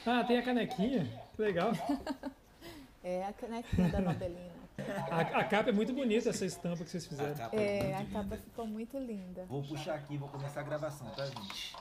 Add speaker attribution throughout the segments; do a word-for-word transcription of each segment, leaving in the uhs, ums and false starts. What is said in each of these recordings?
Speaker 1: Ah, tem a canequinha? Que legal.
Speaker 2: É a canequinha da Nobelina.
Speaker 1: A, a capa é muito bonita, essa estampa que vocês
Speaker 3: A
Speaker 1: fizeram.
Speaker 3: capa
Speaker 2: É, a
Speaker 3: muito
Speaker 2: capa
Speaker 3: linda.
Speaker 2: ficou muito linda.
Speaker 3: Vou puxar aqui, vou começar a gravação, tá, gente?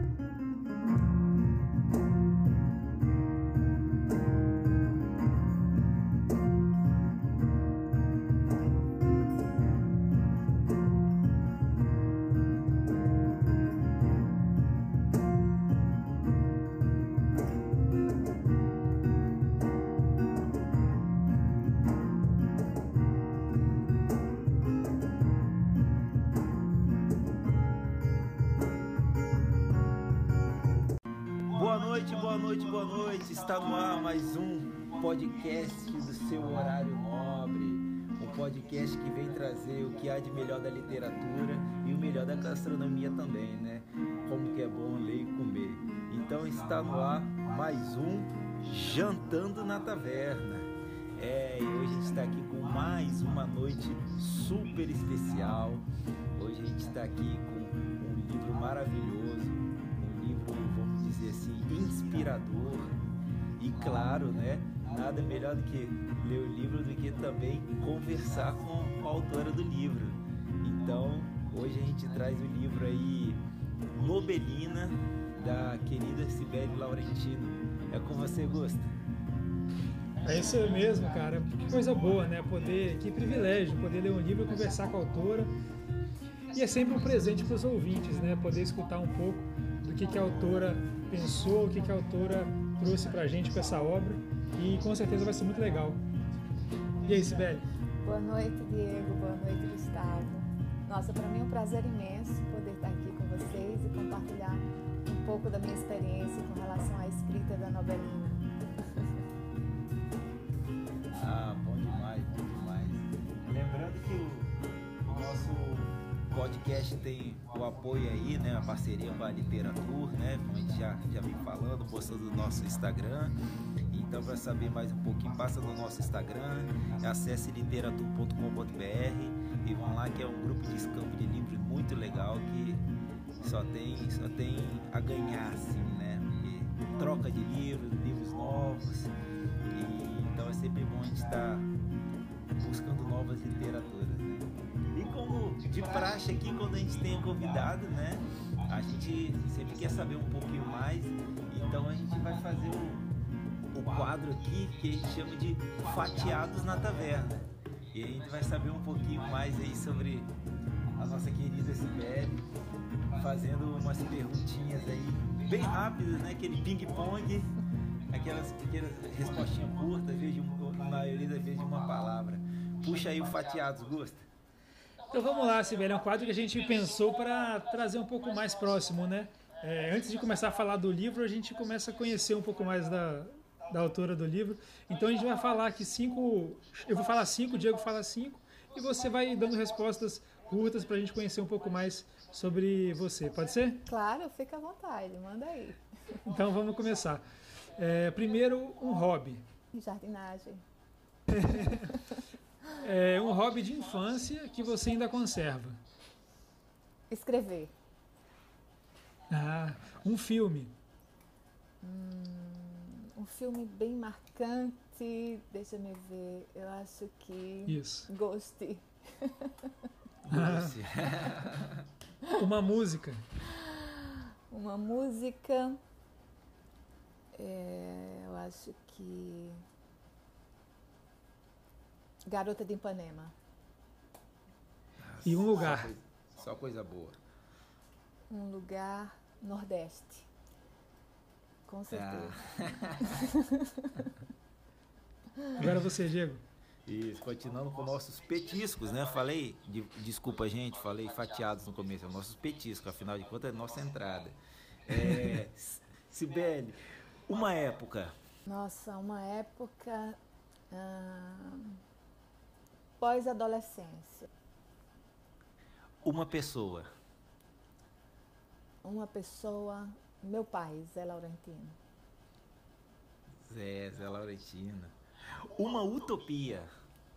Speaker 3: Boa noite, boa noite, boa noite. Está no ar mais um podcast do seu horário nobre. Um podcast que vem trazer o que há de melhor da literatura e o melhor da gastronomia também, né? Como que é bom ler e comer. Então está no ar mais um Jantando na Taverna. É, e hoje a gente está aqui com mais uma noite super especial. Hoje a gente está aqui com um livro maravilhoso, um livro, vamos dizer assim, inspirador. E claro, né, nada melhor do que ler o livro do que também conversar com a autora do livro. Então, hoje a gente traz o livro aí, Nobelina, da querida Cibele Laurentino. É com você, Gusta?
Speaker 1: É isso mesmo, cara. Que coisa boa, né? Poder, que privilégio, poder ler um livro e conversar com a autora. E é sempre um presente para os ouvintes, né? Poder escutar um pouco do que, que a autora pensou, o que, que a autora trouxe para a gente com essa obra. E com certeza vai ser muito legal. E aí, Cibele?
Speaker 2: Boa noite, Diego. Boa noite, Gustavo. Nossa, para mim é um prazer imenso poder estar aqui com vocês e compartilhar um pouco da minha experiência com relação à escrita da Nobelina.
Speaker 3: Ah, bom demais, bom demais. Lembrando que o, o nosso podcast tem o apoio aí, né? A parceria com a Literatur, né? Como a gente já, já vem falando, postando no nosso Instagram. Então, para saber mais um pouquinho, passa no nosso Instagram, acesse literatur ponto com ponto b r e vão lá, que é um grupo de escampo de livros muito legal que só tem, só tem a ganhar, assim, né? Porque troca de livros, livros novos. E, então é sempre bom a gente estar buscando novas literaturas, né? E como de praxe aqui, quando a gente tem um convidado, né? A gente sempre quer saber um pouquinho mais. Então a gente vai fazer o, o quadro aqui que a gente chama de Fatiados na Taverna. E a gente vai saber um pouquinho mais aí sobre a nossa querida Cibele, fazendo umas perguntinhas aí bem rápidas, né? Aquele ping-pong. Aquelas pequenas respostinhas curtas, às vezes, na maioria das vezes, de uma palavra. Puxa aí o Fatiados, Gusta.
Speaker 1: Então vamos lá, Cibele. É um quadro que a gente pensou para trazer um pouco mais próximo, né? É, antes de começar a falar do livro, a gente começa a conhecer um pouco mais da, da autora do livro. Então a gente vai falar aqui cinco... Eu vou falar cinco, o Diego fala cinco, e você vai dando respostas curtas para a gente conhecer um pouco mais sobre você. Pode ser?
Speaker 2: Claro, fica à vontade, manda aí.
Speaker 1: Então vamos começar. É, primeiro, um hobby.
Speaker 2: Jardinagem.
Speaker 1: É um hobby de infância que você ainda conserva.
Speaker 2: Escrever.
Speaker 1: Ah, um filme.
Speaker 2: Hum, um filme bem marcante, deixa eu ver, eu acho que...
Speaker 1: Isso.
Speaker 2: Ghost.
Speaker 1: Ah, uma música.
Speaker 2: Uma música... É, eu acho que Garota de Ipanema.
Speaker 1: E um lugar.
Speaker 3: Só coisa, só coisa boa.
Speaker 2: Um lugar Nordeste. Com certeza.
Speaker 3: Ah.
Speaker 1: Agora você, Diego.
Speaker 3: Isso, continuando com nossos petiscos, né? Falei, de, desculpa gente, falei fatiados no começo, é nossos petiscos, afinal de contas é nossa entrada. É, Cibele, uma época.
Speaker 2: Nossa, uma época ah, pós-adolescência.
Speaker 3: Uma pessoa.
Speaker 2: Uma pessoa, meu pai, Zé Laurentino.
Speaker 3: Zé, Zé Laurentino. Uma utopia.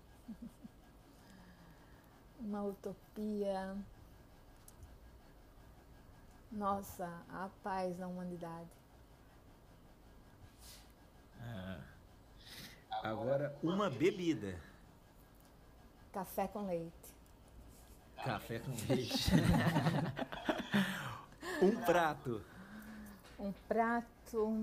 Speaker 2: Uma utopia. Nossa, a paz na humanidade.
Speaker 3: Agora, uma bebida.
Speaker 2: Café com leite.
Speaker 3: Café com leite. Um prato.
Speaker 2: Um prato...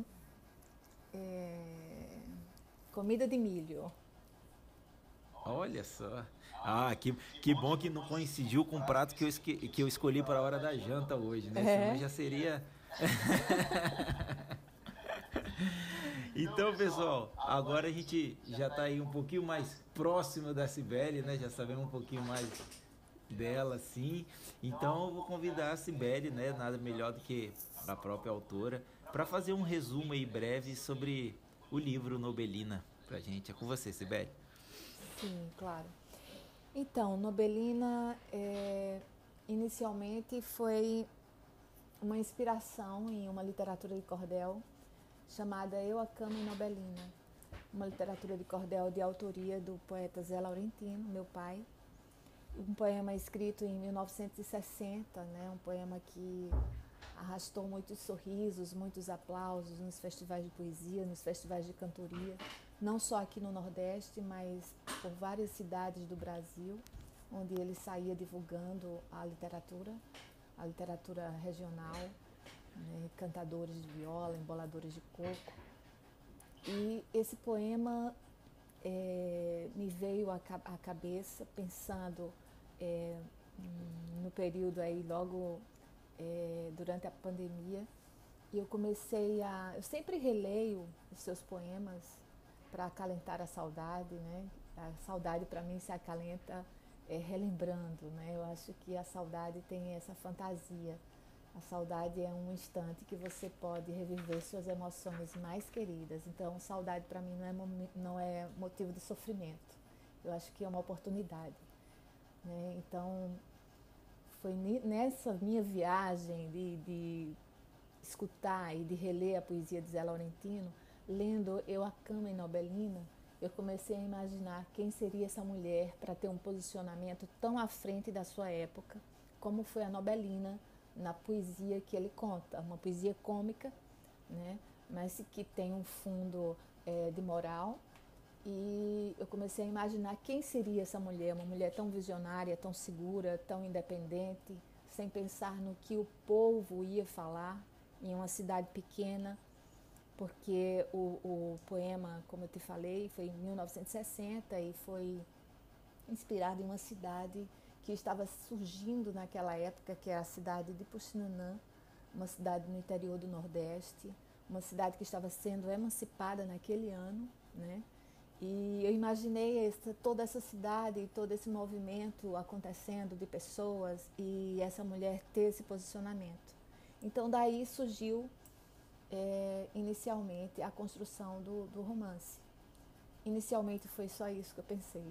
Speaker 2: É, comida de milho.
Speaker 3: Olha só. Ah, que, que bom que não coincidiu com o prato que eu, esque, que eu escolhi para a hora da janta hoje, né?
Speaker 2: É.
Speaker 3: Senão já seria... Então, pessoal, agora a gente já está aí um pouquinho mais próximo da Cibele, né? Já sabemos um pouquinho mais dela, sim. Então, eu vou convidar a Cibele, né? Nada melhor do que a própria autora, para fazer um resumo aí breve sobre o livro Nobelina pra gente. É com você, Cibele.
Speaker 2: Sim, claro. Então, Nobelina é, inicialmente foi uma inspiração em uma literatura de cordel chamada Eu, a Cama e Nobelina, uma literatura de cordel de autoria do poeta Zé Laurentino, meu pai. Um poema escrito em mil novecentos e sessenta, né? Um poema que arrastou muitos sorrisos, muitos aplausos nos festivais de poesia, nos festivais de cantoria, não só aqui no Nordeste, mas por várias cidades do Brasil, onde ele saía divulgando a literatura, a literatura regional, né? Cantadores de viola, emboladores de coco. E esse poema é, me veio à, à cabeça pensando é, no período aí logo é, durante a pandemia, e eu comecei a... Eu sempre releio os seus poemas para acalentar a saudade, né? A saudade para mim se acalenta é, relembrando, né? Eu acho que a saudade tem essa fantasia. A saudade é um instante que você pode reviver suas emoções mais queridas. Então, saudade para mim não é, não é motivo de sofrimento. Eu acho que é uma oportunidade, né? Então, foi nessa minha viagem de, de escutar e de reler a poesia de Zé Laurentino, lendo Eu, a Cama e Nobelina, eu comecei a imaginar quem seria essa mulher para ter um posicionamento tão à frente da sua época, como foi a Nobelina na poesia que ele conta, uma poesia cômica, né? Mas que tem um fundo é, de moral. E eu comecei a imaginar quem seria essa mulher, uma mulher tão visionária, tão segura, tão independente, sem pensar no que o povo ia falar em uma cidade pequena, porque o, o poema, como eu te falei, foi em mil novecentos e sessenta e foi inspirado em uma cidade que estava surgindo naquela época, que é a cidade de Puxinanã, uma cidade no interior do Nordeste, uma cidade que estava sendo emancipada naquele ano, né? E eu imaginei essa, toda essa cidade e todo esse movimento acontecendo de pessoas e essa mulher ter esse posicionamento. Então daí surgiu é, inicialmente a construção do, do romance. Inicialmente foi só isso que eu pensei.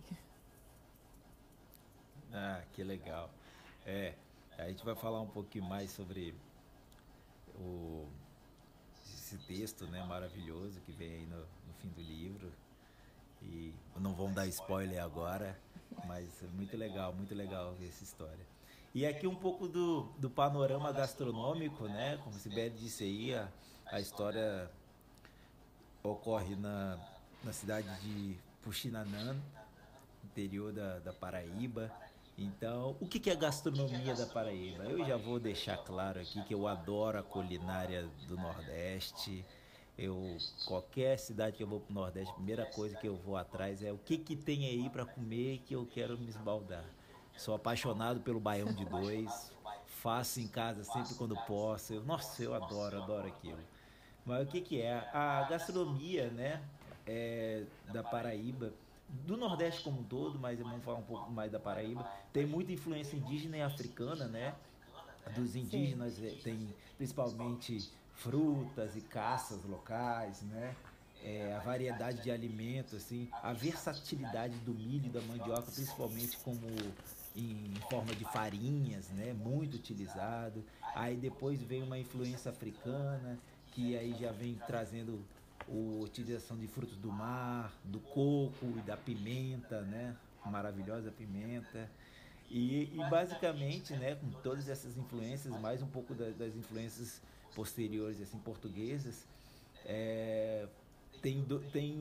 Speaker 3: Ah, que legal. É, a gente vai falar um pouquinho mais sobre o, esse texto, né, maravilhoso que vem aí no, no fim do livro. E não vamos dar spoiler agora, mas é muito legal, muito legal essa história. E aqui um pouco do, do panorama gastronômico, né? Como a Cibele disse aí, a, a história ocorre na, na cidade de Puxinanã, interior da, da Paraíba. Então, o que, que é a gastronomia da Paraíba? Eu já vou deixar claro aqui que eu adoro a culinária do Nordeste. Eu, qualquer cidade que eu vou pro Nordeste, a primeira coisa que eu vou atrás é o que que tem aí para comer que eu quero me esbaldar. Sou apaixonado pelo baião de dois, faço em casa sempre quando posso. Eu, nossa, eu adoro, adoro aquilo. Mas o que que é? A gastronomia, né, é, da Paraíba, do Nordeste como um todo, mas vamos falar um pouco mais da Paraíba, tem muita influência indígena e africana, né? Dos indígenas. Sim. Tem principalmente frutas e caças locais, né? É, a variedade de alimentos, assim, a versatilidade do milho e da mandioca, principalmente como em, em forma de farinhas, né? Muito utilizado. Aí depois vem uma influência africana, que aí já vem trazendo a utilização de frutos do mar, do coco e da pimenta, né? Maravilhosa pimenta. E, e basicamente, né, com todas essas influências, mais um pouco da, das influências posteriores, assim, portuguesas, é, tem, do, tem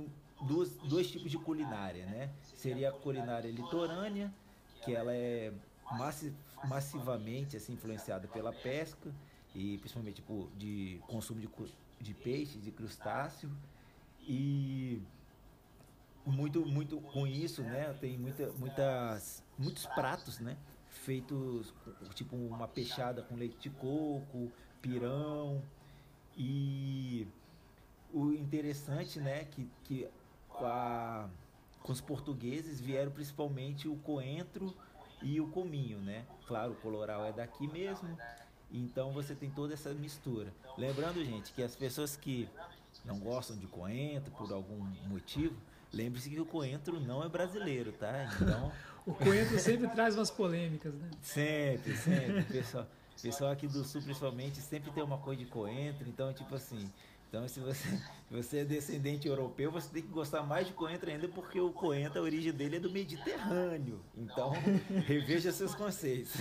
Speaker 3: duas, dois tipos de culinária, né? Seria a culinária litorânea, que ela é massi, massivamente assim, influenciada pela pesca, e principalmente tipo, de consumo de, de peixe, de crustáceo, e muito, muito com isso, né? Tem muita, muitas, muitos pratos, né? Feitos tipo uma peixada com leite de coco, pirão, e o interessante, né, que, que com, a, com os portugueses vieram principalmente o coentro e o cominho, né? Claro, o coloral é daqui mesmo, então você tem toda essa mistura. Lembrando, gente, que as pessoas que não gostam de coentro por algum motivo, lembre-se que o coentro não é brasileiro, tá? Então
Speaker 1: o coentro sempre traz umas polêmicas, né?
Speaker 3: Sempre, sempre. O pessoal, pessoal aqui do sul, principalmente, sempre tem uma coisa de coentro. Então, tipo assim, então se você, se você é descendente europeu, você tem que gostar mais de coentro ainda, porque o coentro, a origem dele é do Mediterrâneo. Então, reveja seus conceitos.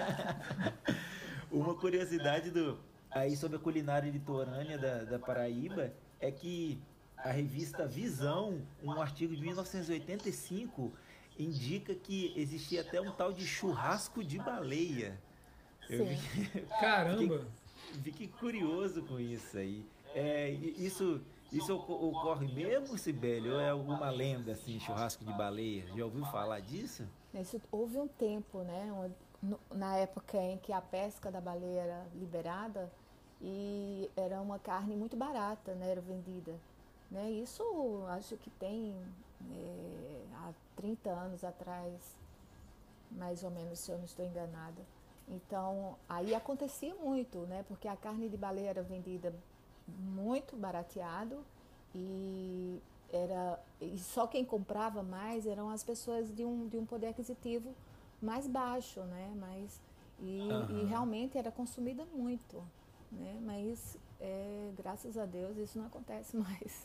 Speaker 3: Uma curiosidade do, aí sobre a culinária litorânea da, da Paraíba é que a revista Visão, um artigo de mil novecentos e oitenta e cinco, indica que existia até um tal de churrasco de baleia. Eu
Speaker 2: Sim.
Speaker 3: vi,
Speaker 1: Caramba!
Speaker 3: Fiquei, fiquei curioso com isso aí. É, isso, isso ocorre mesmo, Sibeli? Ou é alguma lenda assim, churrasco de baleia? Já ouviu falar disso?
Speaker 2: Isso, houve um tempo, né, onde, no, na época em que a pesca da baleia era liberada e era uma carne muito barata, né, era vendida. Né? Isso acho que tem é, há trinta anos atrás, mais ou menos, se eu não estou enganada. Então, aí acontecia muito, né? Porque a carne de baleia era vendida muito barateado e, era, e só quem comprava mais eram as pessoas de um, de um poder aquisitivo mais baixo, né? Mas, e, uhum. e realmente era consumida muito, né? Mas, é, graças a Deus, isso não acontece mais.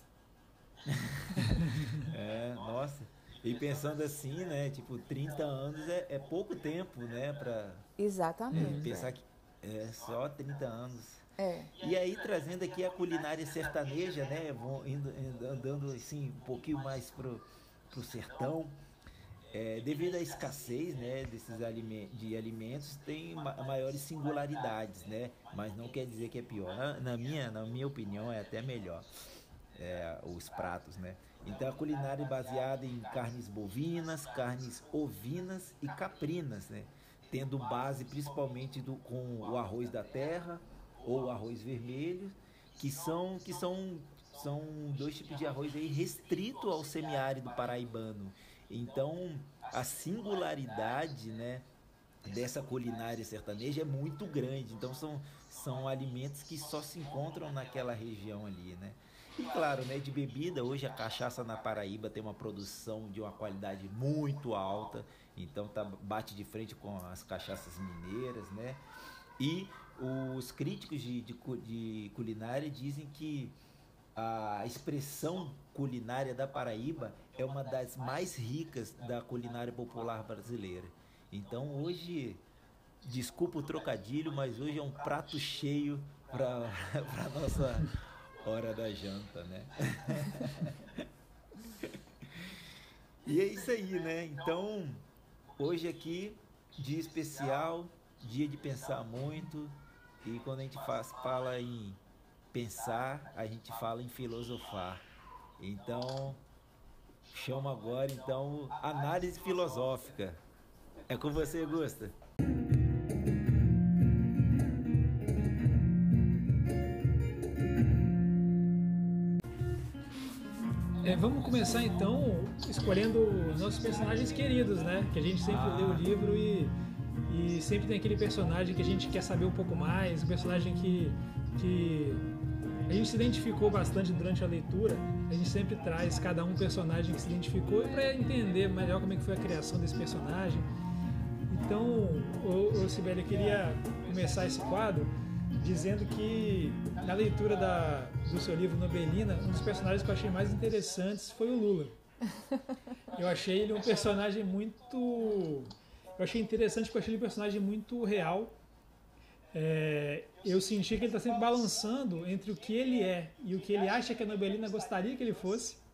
Speaker 3: É, nossa. E pensando assim, né? Tipo, trinta anos é, é pouco tempo, né? Pra,
Speaker 2: Exatamente.
Speaker 3: É, pensar que é só trinta anos.
Speaker 2: É.
Speaker 3: E aí, trazendo aqui a culinária sertaneja, né? Vão indo, indo, andando assim, um pouquinho mais pro, pro sertão. É, devido à escassez, né, desses alimentos, de alimentos, tem ma maiores singularidades, né? Mas não quer dizer que é pior. Na, na, minha, na minha opinião, é até melhor. É, os pratos, né? Então a culinária é baseada em carnes bovinas, carnes ovinas e caprinas, né? Tendo base principalmente do, com o arroz da terra ou o arroz vermelho, que são, que são, são dois tipos de arroz aí restrito ao semiárido paraibano. Então a singularidade, né, dessa culinária sertaneja é muito grande. Então são, são alimentos que só se encontram naquela região ali, né? E claro, né, de bebida, hoje a cachaça na Paraíba tem uma produção de uma qualidade muito alta, então tá, bate de frente com as cachaças mineiras, né? E os críticos de, de, de culinária dizem que a expressão culinária da Paraíba é uma das mais ricas da culinária popular brasileira. Então hoje, desculpa o trocadilho, mas hoje é um prato cheio para a nossa hora da janta, né? E é isso aí, né? Então, hoje aqui, dia especial, dia de pensar muito, e quando a gente faz, fala em pensar, a gente fala em filosofar. Então, chamo agora, então, análise filosófica. É com você, Gusta.
Speaker 1: É, vamos começar então escolhendo nossos personagens queridos, né? Que a gente sempre ah. lê o livro e, e sempre tem aquele personagem que a gente quer saber um pouco mais, um personagem que, que a gente se identificou bastante durante a leitura. A gente sempre traz cada um personagem que se identificou para entender melhor como é que foi a criação desse personagem. Então, ô, ô Sibeli, eu queria começar esse quadro dizendo que na leitura da, do seu livro Nobelina, um dos personagens que eu achei mais interessantes foi o Lula. Eu achei ele um personagem muito... Eu achei interessante porque eu achei ele um personagem muito real. É, eu senti que ele está sempre balançando entre o que ele é e o que ele acha que a Nobelina gostaria que ele fosse.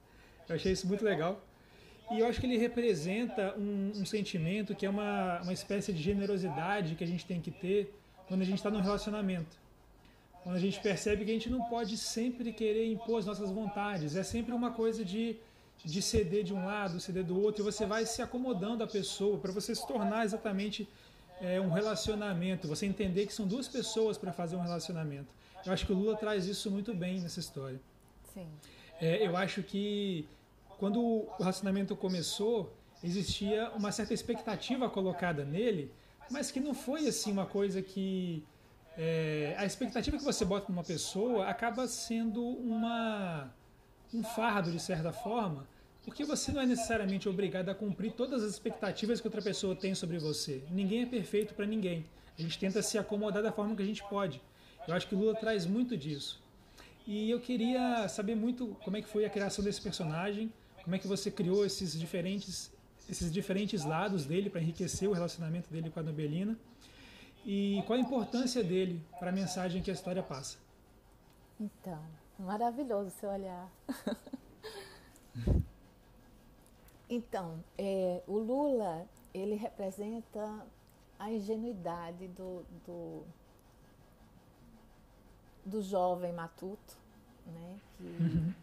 Speaker 1: Eu achei isso muito legal. E eu acho que ele representa um, um sentimento que é uma, uma espécie de generosidade que a gente tem que ter quando a gente está num relacionamento. Quando a gente percebe que a gente não pode sempre querer impor as nossas vontades. É sempre uma coisa de, de ceder de um lado, ceder do outro, e você vai se acomodando à pessoa para você se tornar exatamente é, um relacionamento. Você entender que são duas pessoas para fazer um relacionamento. Eu acho que o Lula traz isso muito bem nessa história.
Speaker 2: Sim.
Speaker 1: É, eu acho que quando o relacionamento começou, existia uma certa expectativa colocada nele, mas que não foi assim uma coisa que... É, a expectativa que você bota numa pessoa acaba sendo uma, um fardo, de certa forma, porque você não é necessariamente obrigado a cumprir todas as expectativas que outra pessoa tem sobre você. Ninguém é perfeito para ninguém. A gente tenta se acomodar da forma que a gente pode. Eu acho que o Lula traz muito disso. E eu queria saber muito como é que foi a criação desse personagem, como é que você criou esses diferentes, esses diferentes lados dele para enriquecer o relacionamento dele com a Nobelina. E qual a importância dele para a mensagem que a história passa?
Speaker 2: Então, maravilhoso seu olhar. Então, é, o Lula, ele representa a ingenuidade do, do, do jovem matuto, né? Que, uhum.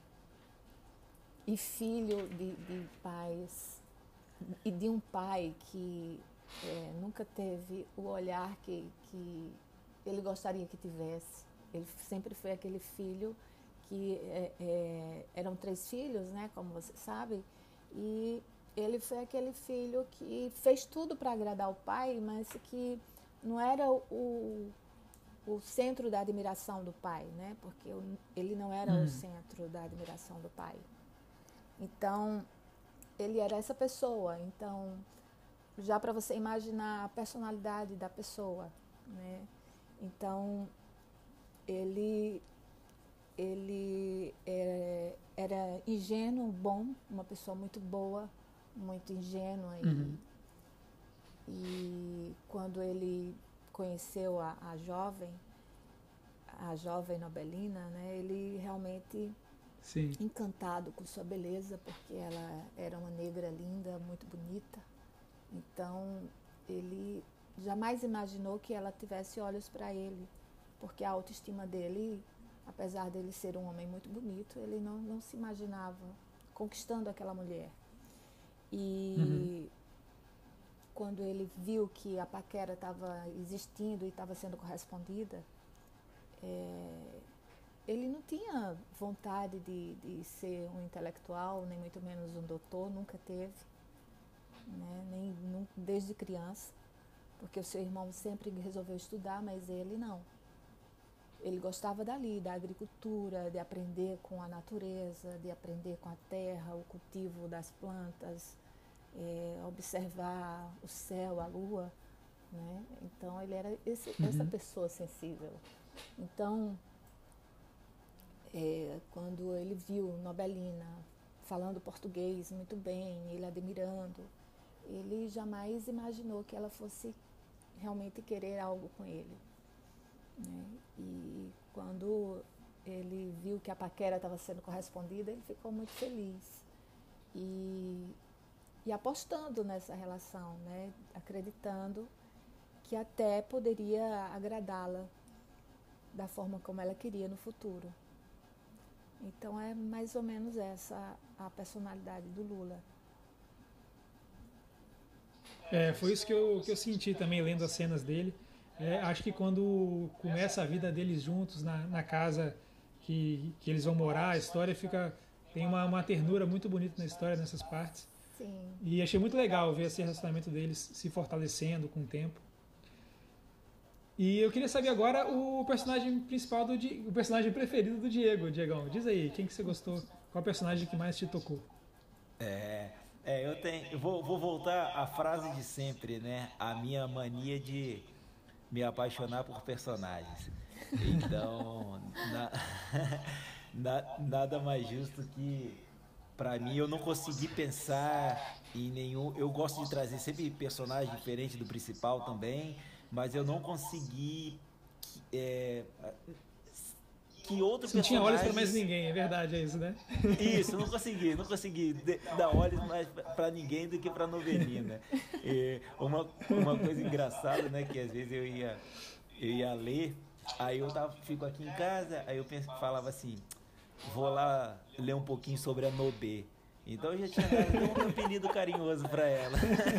Speaker 2: E filho de, de pais, e de um pai que... É, nunca teve o olhar que, que ele gostaria que tivesse. Ele sempre foi aquele filho que é, é, eram três filhos, né, como você sabe, e ele foi aquele filho que fez tudo para agradar o pai, mas que não era o, o centro da admiração do pai, né, porque ele não era hum. o centro da admiração do pai. Então, ele era essa pessoa. Então, já para você imaginar a personalidade da pessoa, né? Então, ele, ele é, era ingênuo, bom, uma pessoa muito boa, muito ingênua. Uhum. E, e quando ele conheceu a, a jovem, a jovem Nobelina, né? Ele realmente...
Speaker 1: Sim.
Speaker 2: Encantado com sua beleza, porque ela era uma negra linda, muito bonita. Então, ele jamais imaginou que ela tivesse olhos para ele, porque a autoestima dele, apesar dele ser um homem muito bonito, ele não, não se imaginava conquistando aquela mulher. E uhum. quando ele viu que a paquera estava existindo e estava sendo correspondida, é, ele não tinha vontade de, de ser um intelectual, nem muito menos um doutor, nunca teve. Né? Nem, não, desde criança, porque o seu irmão sempre resolveu estudar, mas ele não. Ele gostava dali, da agricultura, de aprender com a natureza, de aprender com a terra, o cultivo das plantas, é, observar o céu, a lua, né? Então ele era esse, uhum. essa pessoa sensível. Então, é, quando ele viu Nobelina falando português muito bem, ele admirando, ele jamais imaginou que ela fosse realmente querer algo com ele, né? E quando ele viu que a paquera estava sendo correspondida, ele ficou muito feliz e, e apostando nessa relação, né? Acreditando que até poderia agradá-la da forma como ela queria no futuro. Então é mais ou menos essa a personalidade do Lula.
Speaker 1: É, foi isso que eu, que eu senti também lendo as cenas dele. É, acho que quando começa a vida deles juntos na, na casa que, que eles vão morar, a história fica tem uma, uma ternura muito bonita na história nessas partes.
Speaker 2: Sim.
Speaker 1: E achei muito legal ver esse relacionamento deles se fortalecendo com o tempo. E eu queria saber agora o personagem principal, do o personagem preferido do Diego, Diegão. Diz aí, quem que você gostou? Qual personagem que mais te tocou?
Speaker 3: É... É, eu tenho, eu vou, vou voltar à frase de sempre, né? A minha mania de me apaixonar por personagens. Então, na, na, nada mais justo que, pra mim, eu não consegui pensar em nenhum... Eu gosto de trazer sempre personagem diferente do principal também, mas eu não consegui é, que outro
Speaker 1: Você não
Speaker 3: personagem...
Speaker 1: tinha olhos para mais ninguém, é verdade, é isso, né?
Speaker 3: Isso, não consegui, não consegui dar olhos mais para ninguém do que para Novelina. E uma, uma coisa engraçada, né, que às vezes eu ia, eu ia ler, aí eu tava, fico aqui em casa, aí eu penso, falava assim, vou lá ler um pouquinho sobre a Nobê. Então eu já tinha dado um apelido carinhoso para ela.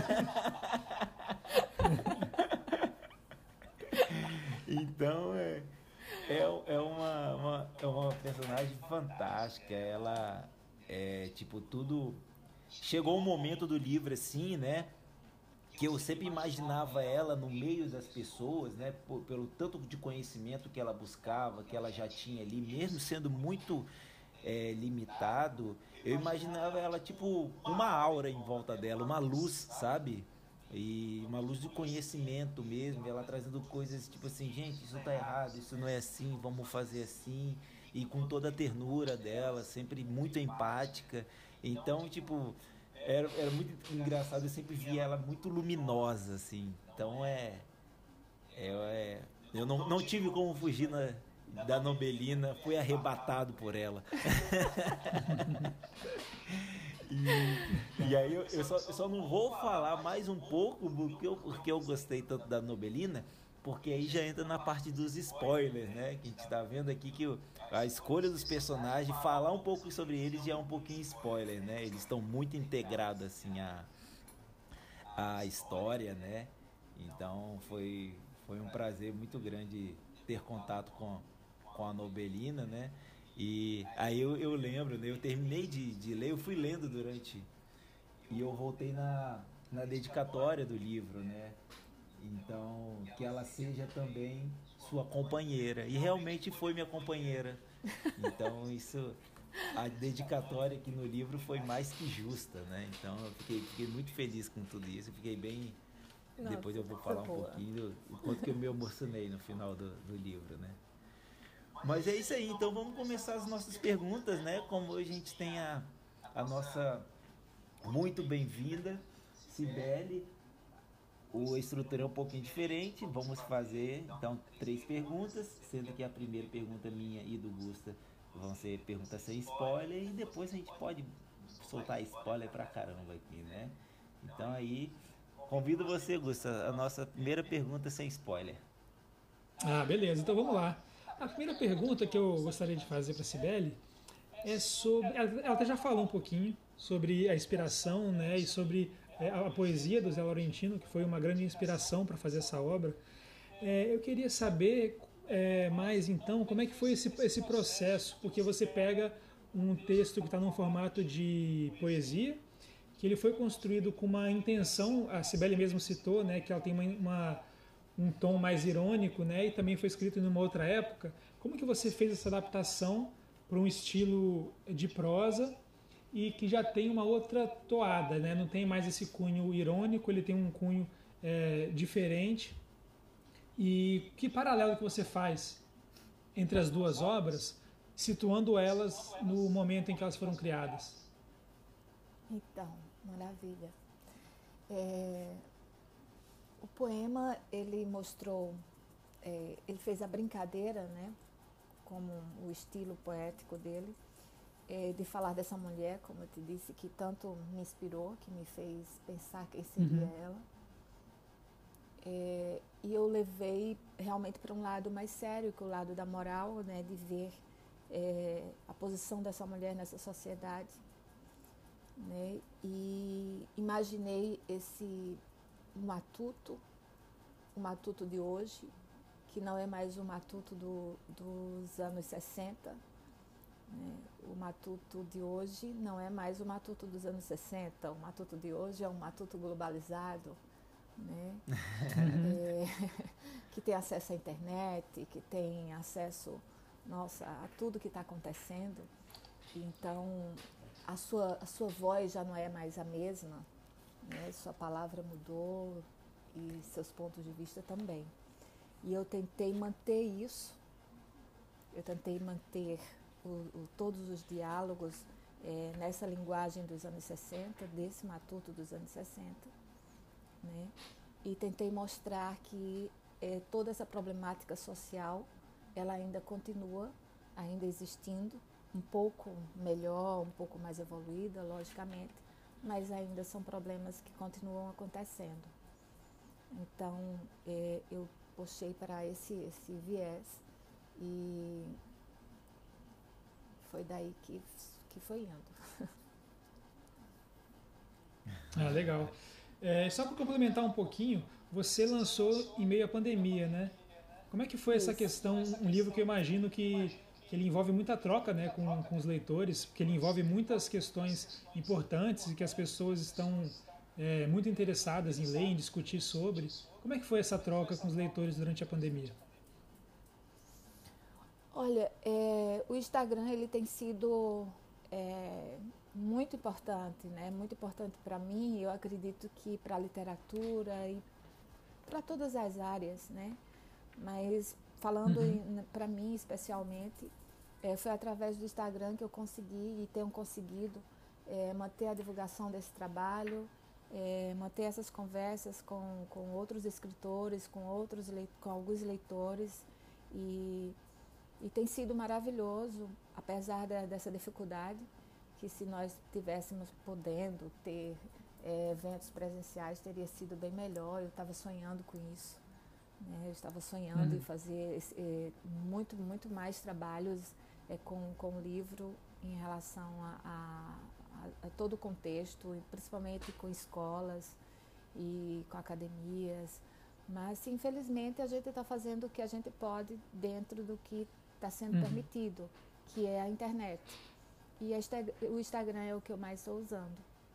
Speaker 3: Então é, é, é, uma, uma, é uma personagem fantástica. Ela é tipo tudo. Chegou um momento do livro assim, né? Que eu sempre imaginava ela no meio das pessoas, né? Por, pelo tanto de conhecimento que ela buscava, que ela já tinha ali, mesmo sendo muito é, limitado, eu imaginava ela tipo uma aura em volta dela, uma luz, sabe? E uma luz de conhecimento mesmo, ela trazendo coisas tipo assim, gente, isso tá errado, isso não é assim, vamos fazer assim, e com toda a ternura dela, sempre muito empática. Então, tipo, era, era muito engraçado, eu sempre via ela muito luminosa, assim. Então é. é, é eu não, não tive como fugir na, da Nobelina, fui arrebatado por ela. E, e aí eu, eu, só, eu só não vou falar mais um pouco porque eu, porque eu gostei tanto da Nobelina, porque aí já entra na parte dos spoilers, né? Que a gente tá vendo aqui que o, a escolha dos personagens, falar um pouco sobre eles já é um pouquinho spoiler, né? Eles estão muito integrados assim à, à história, né? Então foi, foi um prazer muito grande ter contato com, com a Nobelina, né? E aí eu, eu lembro, né? Eu terminei de, de ler, eu fui lendo durante... E eu voltei na, na dedicatória do livro, né? Então, que ela seja também sua companheira. E realmente foi minha companheira. Então, isso... A dedicatória aqui no livro foi mais que justa, né? Então, eu fiquei, fiquei muito feliz com tudo isso. Eu fiquei bem... Nossa, depois eu vou falar um boa. pouquinho do, do quanto que eu me emocionei no final do, do livro, né? Mas é isso aí, então vamos começar as nossas perguntas, né? Como hoje a gente tem a, a nossa muito bem-vinda, Cibele. O estrutura é um pouquinho diferente, vamos fazer então três perguntas, sendo que a primeira pergunta minha e do Gusta vão ser perguntas sem spoiler, e depois a gente pode soltar spoiler pra caramba aqui, né? Então aí, convido você, Gusta, a nossa primeira pergunta sem spoiler.
Speaker 1: Ah, beleza, então vamos lá. A primeira pergunta que eu gostaria de fazer para a Cibele é sobre... Ela até já falou um pouquinho sobre a inspiração, né, e sobre a, a poesia do Zé Laurentino, que foi uma grande inspiração para fazer essa obra. É, eu queria saber é, mais, então, como é que foi esse, esse processo, porque você pega um texto que está num formato de poesia, que ele foi construído com uma intenção, a Cibele mesmo citou, né, que ela tem uma... uma um tom mais irônico, né? E também foi escrito numa outra época. Como que você fez essa adaptação para um estilo de prosa e que já tem uma outra toada, né? Não tem mais esse cunho irônico, ele tem um cunho é, diferente. E que paralelo que você faz entre as duas obras, situando elas no momento em que elas foram criadas?
Speaker 2: Então, maravilha. É... O poema, ele mostrou, é, ele fez a brincadeira, né, como o estilo poético dele, é, de falar dessa mulher, como eu te disse, que tanto me inspirou, que me fez pensar quem seria uhum. ela. É, e eu levei realmente para um lado mais sério, que o lado da moral, né, de ver é, a posição dessa mulher nessa sociedade. Né, e imaginei esse... o matuto, o matuto de hoje, que não é mais o matuto do, dos anos sessenta. Né? O matuto de hoje não é mais o matuto dos anos sessenta. O matuto de hoje é um matuto globalizado, né? é, que tem acesso à internet, que tem acesso, nossa, a tudo que está acontecendo. Então, a sua, a sua voz já não é mais a mesma. Né, sua palavra mudou e seus pontos de vista também. E eu tentei manter isso, eu tentei manter o, o, todos os diálogos é, nessa linguagem dos anos sessenta, desse matuto dos anos sessenta, né, e tentei mostrar que é, toda essa problemática social, ela ainda continua ainda existindo, um pouco melhor, um pouco mais evoluída, logicamente, mas ainda são problemas que continuam acontecendo. Então, é, eu puxei para esse, esse viés e foi daí que, que foi indo.
Speaker 1: Ah, legal. É, só para complementar um pouquinho, você lançou em meio à pandemia, né? Como é que foi essa
Speaker 2: Isso.
Speaker 1: questão? Um livro que eu imagino que, que ele envolve muita troca, né, com, com os leitores, porque ele envolve muitas questões importantes e que as pessoas estão é, muito interessadas em ler, em discutir sobre. Como é que foi essa troca com os leitores durante a pandemia?
Speaker 2: Olha, é, o Instagram ele tem sido é, muito importante, né? Muito importante para mim. Eu acredito que para a literatura e para todas as áreas, né? Mas falando
Speaker 1: Uhum.
Speaker 2: para mim especialmente, é, foi através do Instagram que eu consegui e tenho conseguido é, manter a divulgação desse trabalho, é, manter essas conversas com, com outros escritores, com outros com alguns leitores e E tem sido maravilhoso, apesar da, dessa dificuldade, que se nós tivéssemos podendo ter é, eventos presenciais, teria sido bem melhor. Eu estava sonhando com isso. Né? Eu estava sonhando em
Speaker 1: Uhum.
Speaker 2: fazer é, muito, muito mais trabalhos é, com, com o livro em relação a, a, a todo o contexto, e principalmente com escolas e com academias. Mas, infelizmente, a gente está fazendo o que a gente pode dentro do que está sendo
Speaker 1: Uhum.
Speaker 2: permitido, que é a internet. E o Instagram é o que eu mais estou usando.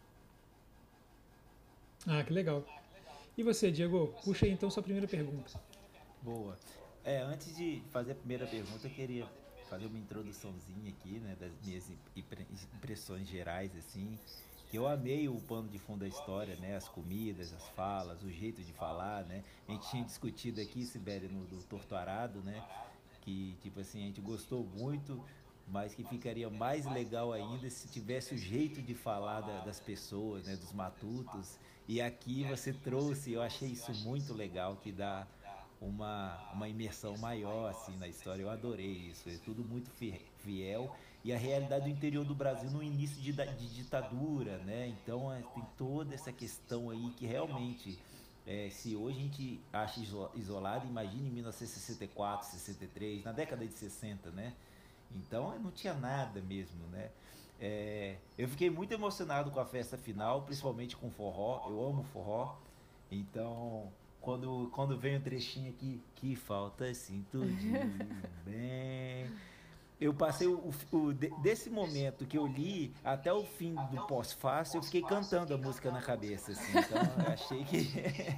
Speaker 1: Ah, que legal. E você, Diego? Puxa aí então sua primeira pergunta.
Speaker 3: Boa. É, antes de fazer a primeira pergunta, eu queria fazer uma introduçãozinha aqui, né, das minhas impre- impressões gerais, assim, que eu amei o pano de fundo da história, né, as comidas, as falas, o jeito de falar, né, a gente tinha discutido aqui, Sibeli, no do Torto Arado, né, que, tipo assim, a gente gostou muito, mas que ficaria mais legal ainda se tivesse o jeito de falar da- das pessoas, né, dos matutos, e aqui você trouxe, eu achei isso muito legal, que dá uma, uma imersão maior assim na história. Eu adorei isso, é tudo muito fiel e a realidade do interior do Brasil no início de, de ditadura, né? Então é, tem toda essa questão aí que realmente é, se hoje a gente acha isolado, imagine em mil novecentos e sessenta e quatro, sessenta e três, na década de sessenta, né? Então não tinha nada mesmo, né? É, eu fiquei muito emocionado com a festa final, principalmente com forró. Eu amo forró. Então, quando, quando vem o trechinho aqui, que falta sinto de bem. Eu passei o, o, desse momento que eu li até o fim do pós-fácil, eu fiquei cantando a música na cabeça, assim. Então, eu achei que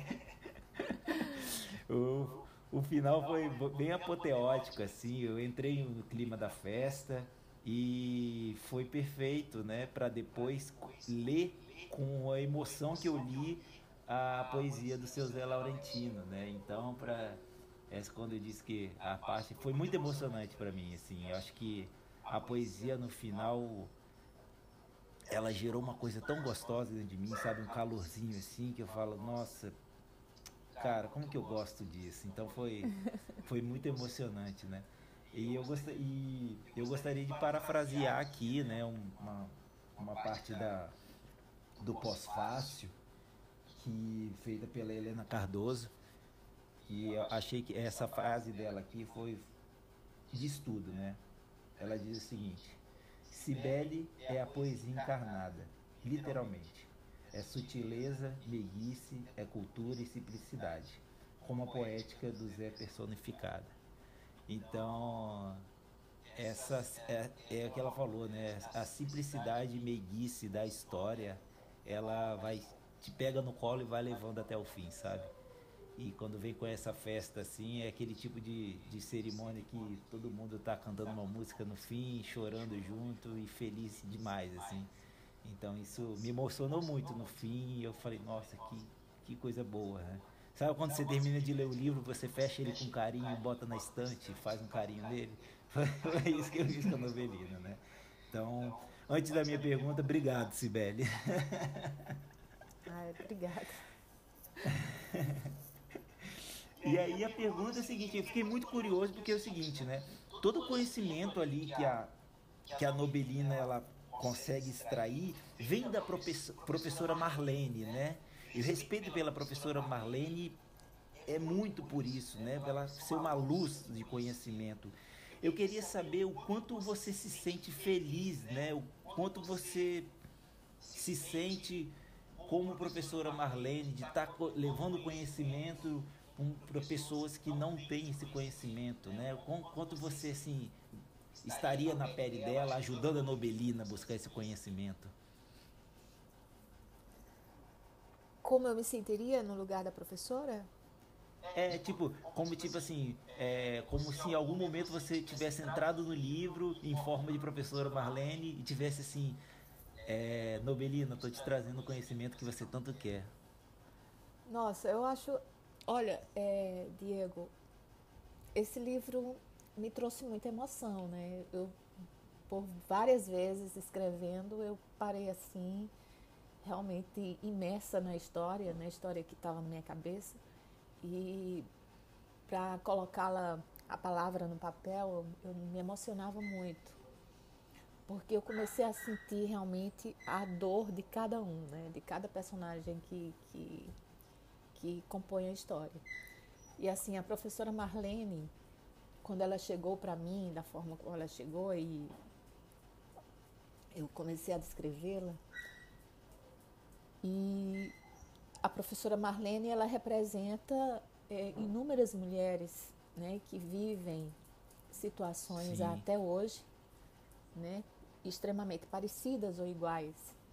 Speaker 3: o, o final foi bem apoteótico, assim. Eu entrei no clima da festa e foi perfeito, né? Para depois ler com a emoção que eu li a poesia do seu Zé Laurentino, né? Então, para essa quando eu disse que a parte foi muito emocionante para mim, assim. Eu acho que a poesia no final ela gerou uma coisa tão gostosa dentro de mim, sabe, um calorzinho assim que eu falo, nossa, cara, como que eu gosto disso? Então foi foi muito emocionante, né? E eu, gost... e eu gostaria de parafrasear aqui, né, uma, uma parte da, do pós-fácil, que feita pela Helena Cardoso, que eu achei que essa frase dela aqui foi diz tudo, né? Ela diz o seguinte: Cibele é a poesia encarnada, literalmente. É sutileza, meiguice, é cultura e simplicidade, como a poética do Zé personificada. Então, essa é, é o que ela falou, né? A simplicidade e meiguice da história, ela vai te pega no colo e vai levando até o fim, sabe? E quando vem com essa festa assim, é aquele tipo de, de cerimônia que todo mundo tá cantando uma música no fim, chorando junto e feliz demais, assim. Então isso me emocionou muito no fim e eu falei, nossa, que, que coisa boa, né? Sabe quando você termina de ler o livro, você fecha ele com carinho, bota na estante, faz um carinho nele? Foi isso que eu fiz com a Novelina, né? Então, antes da minha pergunta, obrigado, Cibele.
Speaker 2: Ai, obrigada.
Speaker 3: E aí a pergunta é a seguinte, eu fiquei muito curioso porque é o seguinte, né? Todo o conhecimento ali que a, que a Nobelina ela consegue extrair vem da professora Marlene, né? E o respeito pela professora Marlene é muito por isso, né? Pela ser uma luz de conhecimento. Eu queria saber o quanto você se sente feliz, né? O quanto você se sente como professora Marlene de estar levando conhecimento para pessoas que não têm esse conhecimento, né? O quanto você assim estaria na pele dela, ajudando a Nobelina a buscar esse conhecimento.
Speaker 2: Como eu me sentiria no lugar da professora?
Speaker 3: É, tipo, como tipo assim, é, como se em algum momento você tivesse entrado no livro em forma de professora Marlene e tivesse assim, é, Nobelina, estou te trazendo o conhecimento que você tanto quer.
Speaker 2: Nossa, eu acho, olha, é, Diego, esse livro me trouxe muita emoção, né? Eu, por várias vezes escrevendo, eu parei assim, realmente imersa na história, na história que estava na minha cabeça. E para colocá-la, a palavra no papel, eu me emocionava muito, porque eu comecei a sentir realmente a dor de cada um, né? De cada personagem que, que, que compõe a história. E assim, a professora Marlene, quando ela chegou para mim, da forma como ela chegou, e eu comecei a descrevê-la, e a professora Marlene, ela representa é, inúmeras mulheres, né, que vivem situações, sim, até hoje, né, extremamente parecidas ou iguais.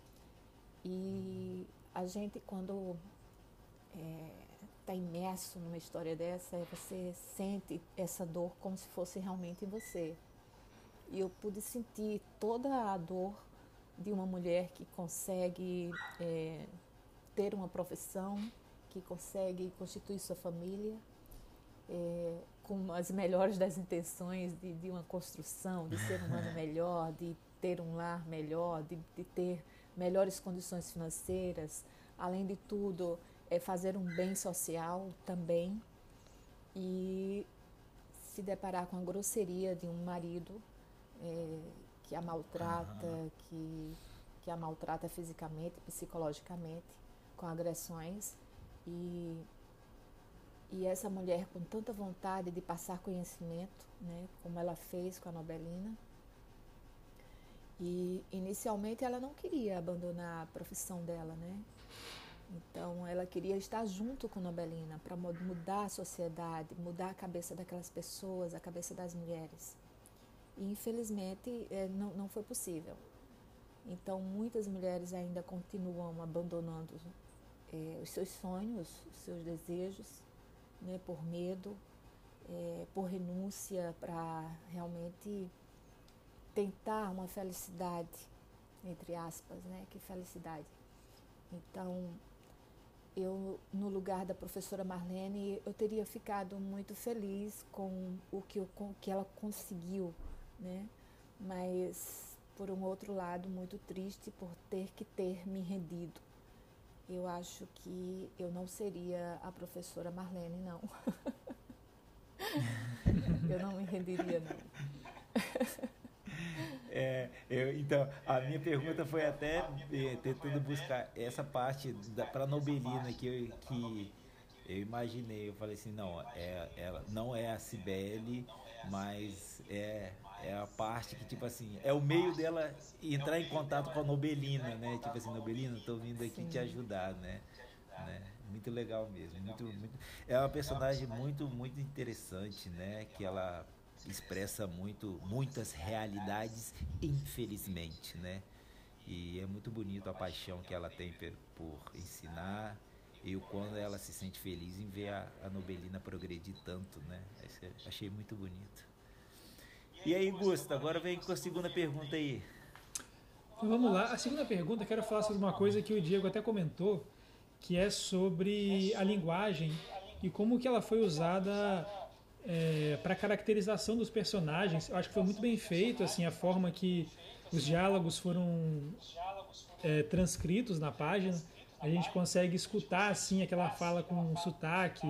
Speaker 2: E a gente, quando está é, imerso numa história dessa, você sente essa dor como se fosse realmente em você. E eu pude sentir toda a dor de uma mulher que consegue é, ter uma profissão, que consegue constituir sua família é, com as melhores das intenções de, de uma construção, de ser um humano melhor, de ter um lar melhor, de, de ter melhores condições financeiras, além de tudo, é fazer um bem social também, e se deparar com a grosseria de um marido é, que a maltrata, uhum. que, que a maltrata fisicamente, psicologicamente, com agressões, e, e essa mulher com tanta vontade de passar conhecimento, né, como ela fez com a Nobelina. E inicialmente ela não queria abandonar a profissão dela, né? Então ela queria estar junto com a Nobelina para mudar a sociedade, mudar a cabeça daquelas pessoas, a cabeça das mulheres. E infelizmente é, não, não foi possível. Então muitas mulheres ainda continuam abandonando é, os seus sonhos, os seus desejos, né, por medo, é, por renúncia, para realmente tentar uma felicidade, entre aspas, né? Que felicidade. Então, eu, no lugar da professora Marlene, eu teria ficado muito feliz com o que, eu, com o que ela conseguiu, né? Mas, por um outro lado, muito triste por ter que ter me rendido. Eu acho que eu não seria a professora Marlene, não. Eu não me renderia, não.
Speaker 3: É, eu, então, a minha pergunta foi até é, tentando buscar essa parte para a Nobelina que eu, que eu imaginei. Eu falei assim, não, é, ela não é a Cibele, mas é, é a parte que, tipo assim, é o meio dela entrar em contato com a Nobelina, né? Tipo assim, Nobelina, estou vindo aqui Sim. te ajudar, né? né? Muito legal mesmo. Muito, muito, é uma personagem muito, muito interessante, né? Que ela expressa muito, muitas realidades, infelizmente, né? E é muito bonito a paixão que ela tem por, por ensinar e o quando ela se sente feliz em ver a, a Nobelina progredir tanto, né? Esse, achei muito bonito. E aí, Gusto, agora vem com a segunda pergunta aí.
Speaker 1: Então, vamos lá. A segunda pergunta, eu quero falar sobre uma coisa que o Diego até comentou, que é sobre a linguagem e como que ela foi usada É, para a caracterização dos personagens. Eu acho que foi muito bem feito assim, a forma que os diálogos foram é, transcritos na página. A gente consegue escutar assim, aquela fala com um sotaque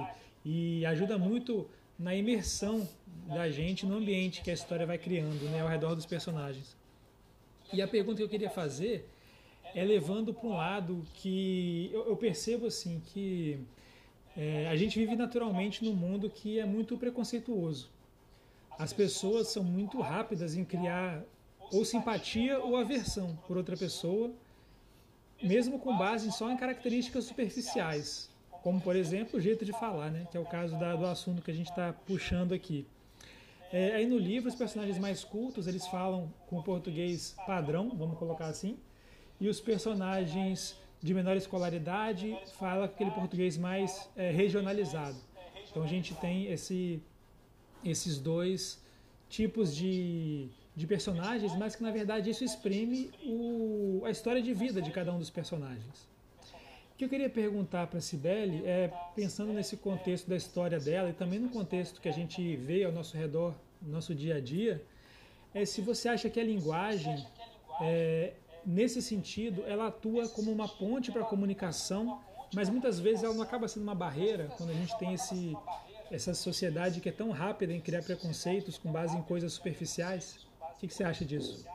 Speaker 1: e ajuda muito na imersão da gente no ambiente que a história vai criando, né, ao redor dos personagens. E a pergunta que eu queria fazer é levando para um lado que eu, eu percebo assim que é, a gente vive naturalmente num mundo que é muito preconceituoso. As pessoas são muito rápidas em criar ou simpatia ou aversão por outra pessoa, mesmo com base só em características superficiais, como, por exemplo, o jeito de falar, né? Que é o caso da, do assunto que a gente está puxando aqui. É, aí no livro, os personagens mais cultos, eles falam com o português padrão, vamos colocar assim, e os personagens de menor escolaridade falam com aquele português mais é, regionalizado. Então a gente tem esse, esses dois tipos de, de personagens, mas que na verdade isso exprime o, a história de vida de cada um dos personagens. O que eu queria perguntar para a Cibele é, pensando nesse contexto da história dela e também no contexto que a gente vê ao nosso redor, no nosso dia a dia, é se você acha que a linguagem, é, nesse sentido, ela atua como uma ponte para a comunicação, mas muitas vezes ela não acaba sendo uma barreira quando a gente tem esse, essa sociedade que é tão rápida em criar preconceitos com base em coisas superficiais. O que, que você acha disso?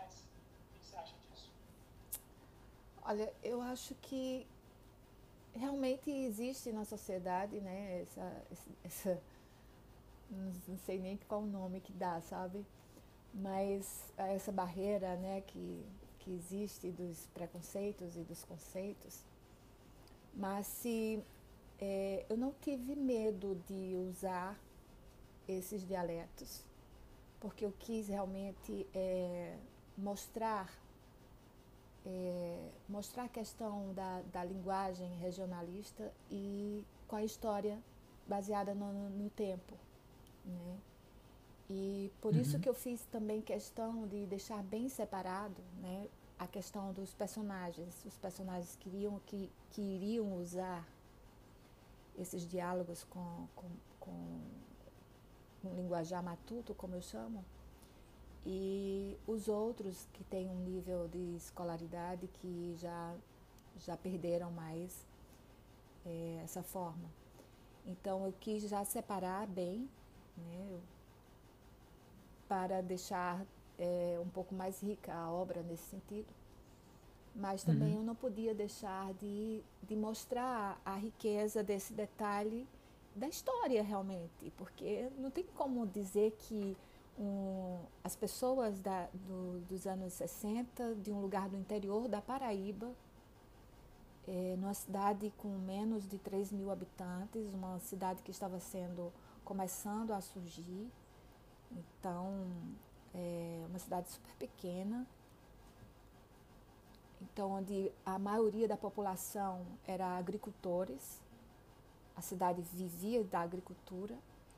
Speaker 2: Olha, eu acho que realmente existe na sociedade, né, essa, essa, não sei nem qual o nome que dá, sabe? Mas essa barreira, né, que, que existe dos preconceitos e dos conceitos. Mas se é, eu não tive medo de usar esses dialetos, porque eu quis realmente é, mostrar É, mostrar a questão da, da linguagem regionalista e com a história baseada no, no tempo, né? E por uhum. isso que eu fiz também questão de deixar bem separado, né, a questão dos personagens. Os personagens queriam, que, que iriam usar esses diálogos com, com, com um linguajar matuto, como eu chamo, e os outros que têm um nível de escolaridade que já, já perderam mais é, essa forma. Então eu quis já separar bem, né, para deixar é, um pouco mais rica a obra nesse sentido. Mas também uhum. eu não podia deixar de, de mostrar a riqueza desse detalhe da história realmente, porque não tem como dizer que Um, as pessoas da, do, dos anos sessenta, de um lugar do interior da Paraíba, é, numa cidade com menos de três mil habitantes, uma cidade que estava sendo, começando a surgir, então, é uma cidade super pequena, então, onde a maioria da população era agricultores, a cidade vivia da agricultura,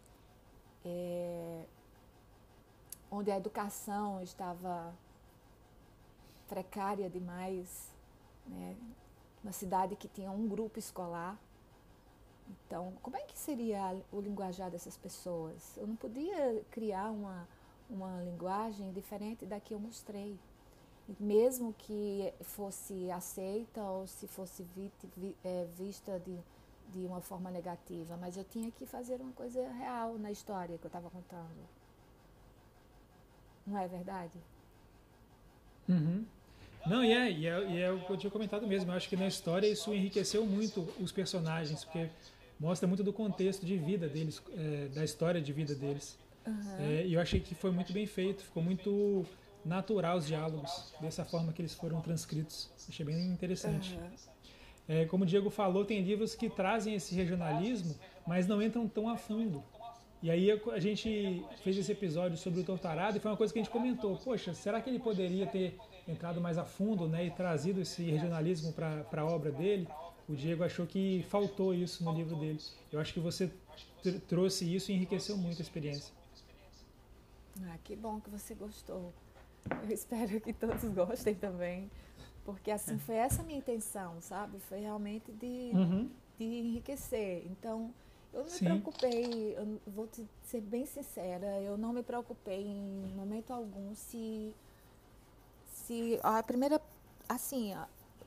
Speaker 2: é, onde a educação estava precária demais, né? Uma cidade que tinha um grupo escolar. Então, como é que seria o linguajar dessas pessoas? Eu não podia criar uma, uma linguagem diferente da que eu mostrei, mesmo que fosse aceita ou se fosse vi, vi, é, vista de, de uma forma negativa, mas eu tinha que fazer uma coisa real na história que eu estava contando. Não é verdade?
Speaker 1: Uhum. Não, e é, e, é, e é o que eu tinha comentado mesmo. Eu acho que na história isso enriqueceu muito os personagens, porque mostra muito do contexto de vida deles, é, da história de vida deles. Uhum. É, e eu achei que foi muito bem feito, ficou muito natural os diálogos, dessa forma que eles foram transcritos. Achei bem interessante. Uhum. É, como o Diego falou, tem livros que trazem esse regionalismo, mas não entram tão a fundo. E aí a gente fez esse episódio sobre o Torturado e foi uma coisa que a gente comentou. Poxa, será que ele poderia ter entrado mais a fundo, né, e trazido esse regionalismo para a obra dele? O Diego achou que faltou isso no livro dele. Eu acho que você trouxe isso e enriqueceu muito a experiência.
Speaker 2: Ah, que bom que você gostou. Eu espero que todos gostem também. Porque assim, foi essa a minha intenção, sabe? Foi realmente de, uhum. de enriquecer. Então, eu não me Sim. preocupei, eu vou te ser bem sincera, eu não me preocupei em momento algum se, se a primeira, assim,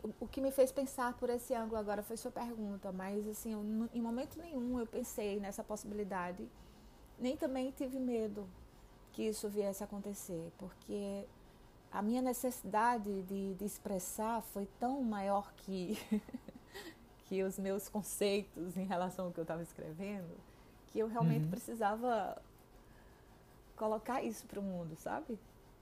Speaker 2: o que me fez pensar por esse ângulo agora foi sua pergunta, mas assim, eu, em momento nenhum eu pensei nessa possibilidade, nem também tive medo que isso viesse a acontecer, porque a minha necessidade de, de expressar foi tão maior que, que os meus conceitos em relação ao que eu estava escrevendo, que eu realmente uhum. precisava colocar isso para o mundo, sabe?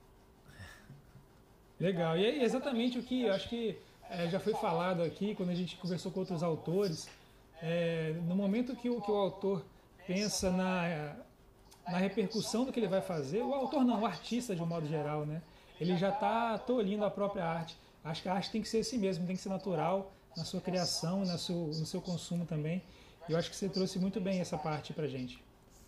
Speaker 1: Legal, e é exatamente o que eu acho que é, já foi falado aqui, quando a gente conversou com outros autores, é, no momento que o, que o autor pensa na, na repercussão do que ele vai fazer, o autor não, o artista de um modo geral, né? Ele já está tolhindo a própria arte. Acho que a arte tem que ser assim mesmo, tem que ser natural na sua criação, na seu, no seu consumo também. E eu acho que você trouxe muito bem essa parte pra gente.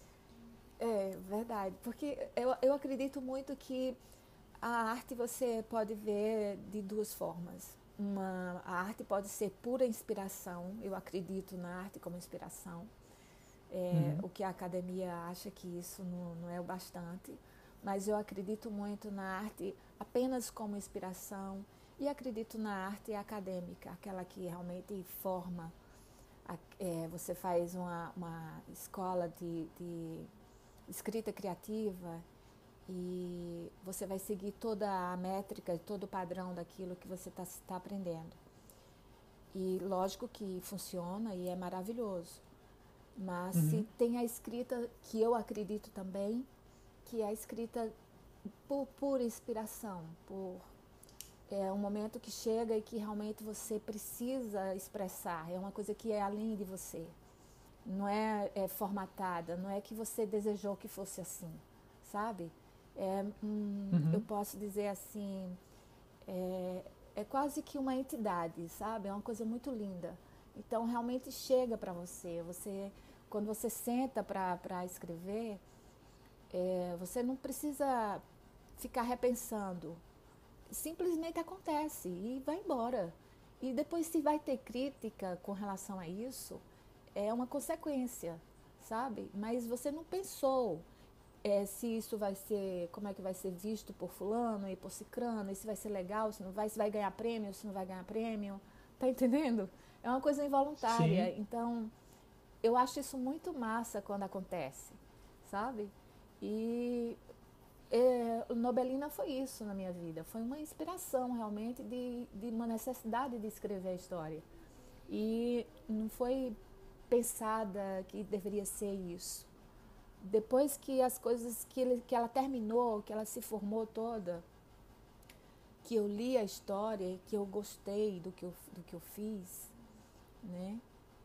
Speaker 2: É, verdade, porque eu, eu acredito muito que a arte você pode ver de duas formas. Uma, a arte pode ser pura inspiração, eu acredito na arte como inspiração, é, uhum. o que a academia acha que isso não, não é o bastante, mas eu acredito muito na arte apenas como inspiração e acredito na arte acadêmica, aquela que realmente forma, é, você faz uma, uma escola de, de escrita criativa e você vai seguir toda a métrica, todo o padrão daquilo que você está tá aprendendo. E lógico que funciona e é maravilhoso. Mas uhum. se tem a escrita que eu acredito também, que é a escrita por pura inspiração, por é um momento que chega e que realmente você precisa expressar, é uma coisa que é além de você. Não é, é formatada, não é que você desejou que fosse assim, sabe? É, hum, uhum. Eu posso dizer assim, é, é quase que uma entidade, sabe? É uma coisa muito linda. Então, realmente chega para você. Você, quando você senta para escrever, é, você não precisa ficar repensando. Simplesmente acontece e vai embora. E depois, se vai ter crítica com relação a isso, é uma consequência, sabe? Mas você não pensou. É, se isso vai ser, como é que vai ser visto por fulano e por cicrano, e se vai ser legal, se não vai, se vai ganhar prêmio, se não vai ganhar prêmio, tá entendendo? É uma coisa involuntária. Sim. Então, eu acho isso muito massa quando acontece, sabe? E é, Nobelina foi isso na minha vida, foi uma inspiração realmente de, de uma necessidade de escrever a história. E não foi pensada que deveria ser isso. Depois que as coisas, que, ele, que ela terminou, que ela se formou toda, que eu li a história, que eu gostei do que eu, do que eu fiz, né?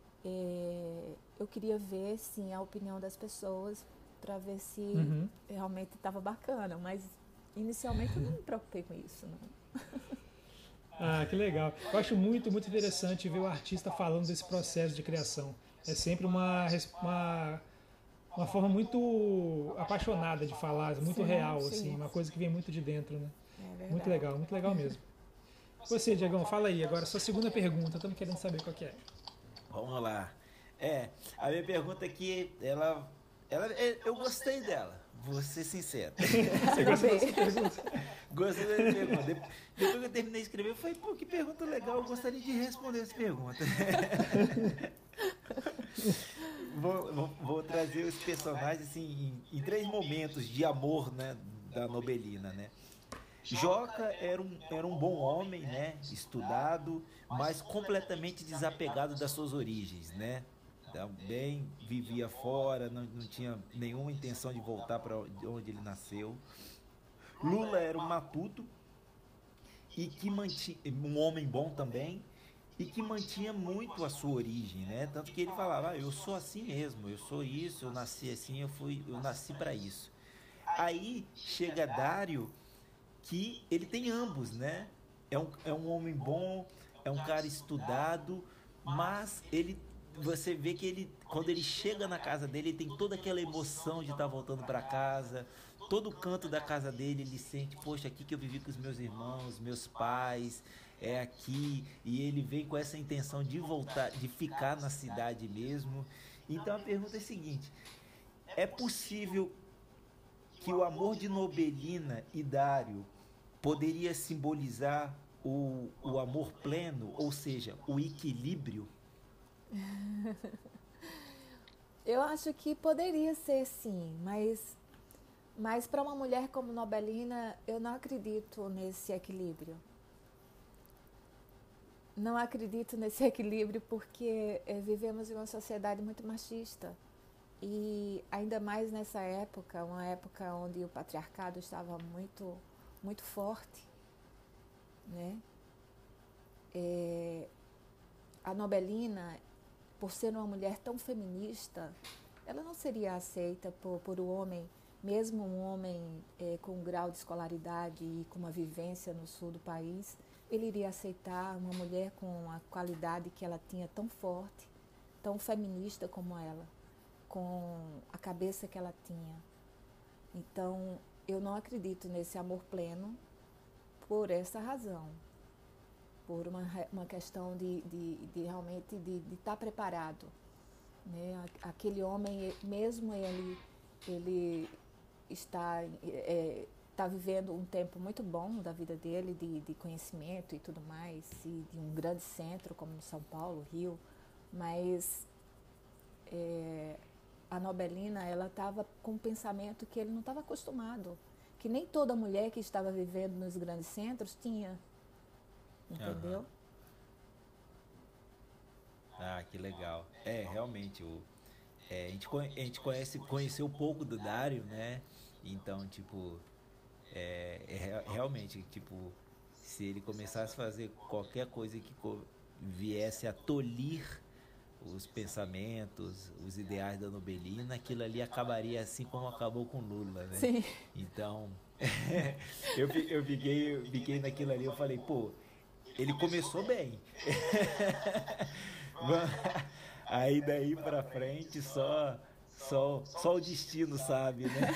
Speaker 2: É, eu queria ver, sim, a opinião das pessoas para ver se uhum. realmente estava bacana, mas inicialmente eu não me preocupei com isso, não.
Speaker 1: Ah, que legal. Eu acho muito, muito interessante ver o artista falando desse processo de criação. É sempre uma... uma Uma forma muito apaixonada de falar, muito sim, real, sim. assim, uma coisa que vem muito de dentro, né? É muito legal, muito legal mesmo. Você, Diegão, fala aí agora, sua segunda pergunta, estamos querendo saber qual que é.
Speaker 3: Vamos lá. É, a minha pergunta aqui, ela, ela, eu gostei dela, vou ser sincero.
Speaker 1: Você gostou dessa pergunta?
Speaker 3: Gostei dessa pergunta. Depois que eu terminei de escrever, eu falei, pô, que pergunta legal, eu gostaria de responder essa pergunta. Vou, vou, vou trazer os personagens assim, em, em três momentos de amor, né, da Nobelina, né? Joca era um, era um bom homem, né, estudado, mas completamente desapegado das suas origens, né? Também vivia fora, não, não tinha nenhuma intenção de voltar para onde ele nasceu. Lula era um matuto e que mantinha, um homem bom também, e que mantinha muito a sua origem, né? Tanto que ele falava, ah, eu sou assim mesmo, eu sou isso, eu nasci assim, eu fui, eu nasci para isso. Aí chega Dário, que ele tem ambos, né? É um, é um homem bom, é um cara estudado, mas ele, você vê que ele, quando ele chega na casa dele, ele tem toda aquela emoção de estar voltando para casa. Todo canto da casa dele, ele sente, poxa, aqui que eu vivi com os meus irmãos, meus pais, é aqui, e ele vem com essa intenção de voltar, de ficar na cidade mesmo. Então a pergunta é a seguinte, é possível que o amor de Nobelina e Dário poderia simbolizar o, o amor pleno, ou seja, o equilíbrio?
Speaker 2: Eu acho que poderia ser sim, mas, mas para uma mulher como Nobelina, eu não acredito nesse equilíbrio. Não acredito nesse equilíbrio porque é, vivemos em uma sociedade muito machista. E ainda mais nessa época, uma época onde o patriarcado estava muito, muito forte, né? É, a Nobelina, por ser uma mulher tão feminista, ela não seria aceita por, por um homem, mesmo um homem é, com um grau de escolaridade e com uma vivência no sul do país, ele iria aceitar uma mulher com a qualidade que ela tinha tão forte, tão feminista como ela, com a cabeça que ela tinha. Então, eu não acredito nesse amor pleno por essa razão. Por uma, uma questão de, de, de realmente de estar preparado, né? Aquele homem, mesmo ele, ele está, é, está vivendo um tempo muito bom da vida dele, de, de conhecimento e tudo mais, e de um grande centro como São Paulo, Rio, mas é, a Nobelina, ela estava com um pensamento que ele não estava acostumado, que nem toda mulher que estava vivendo nos grandes centros tinha. Entendeu?
Speaker 3: Uhum. Ah, que legal. É, realmente, o, é, a gente, conhe- a gente conhece, conheceu um pouco do Dário, né? Então, tipo, é, é rea- realmente, tipo, se ele começasse a fazer qualquer coisa que co- viesse a tolir os pensamentos, os ideais da Nobelina, aquilo ali acabaria assim como acabou com Lula, né?
Speaker 2: Sim.
Speaker 3: Então, eu, fi- eu fiquei, eu fiquei naquilo ali, eu falei, pô, ele começou bem. Aí daí pra frente só, só, só o destino sabe, né?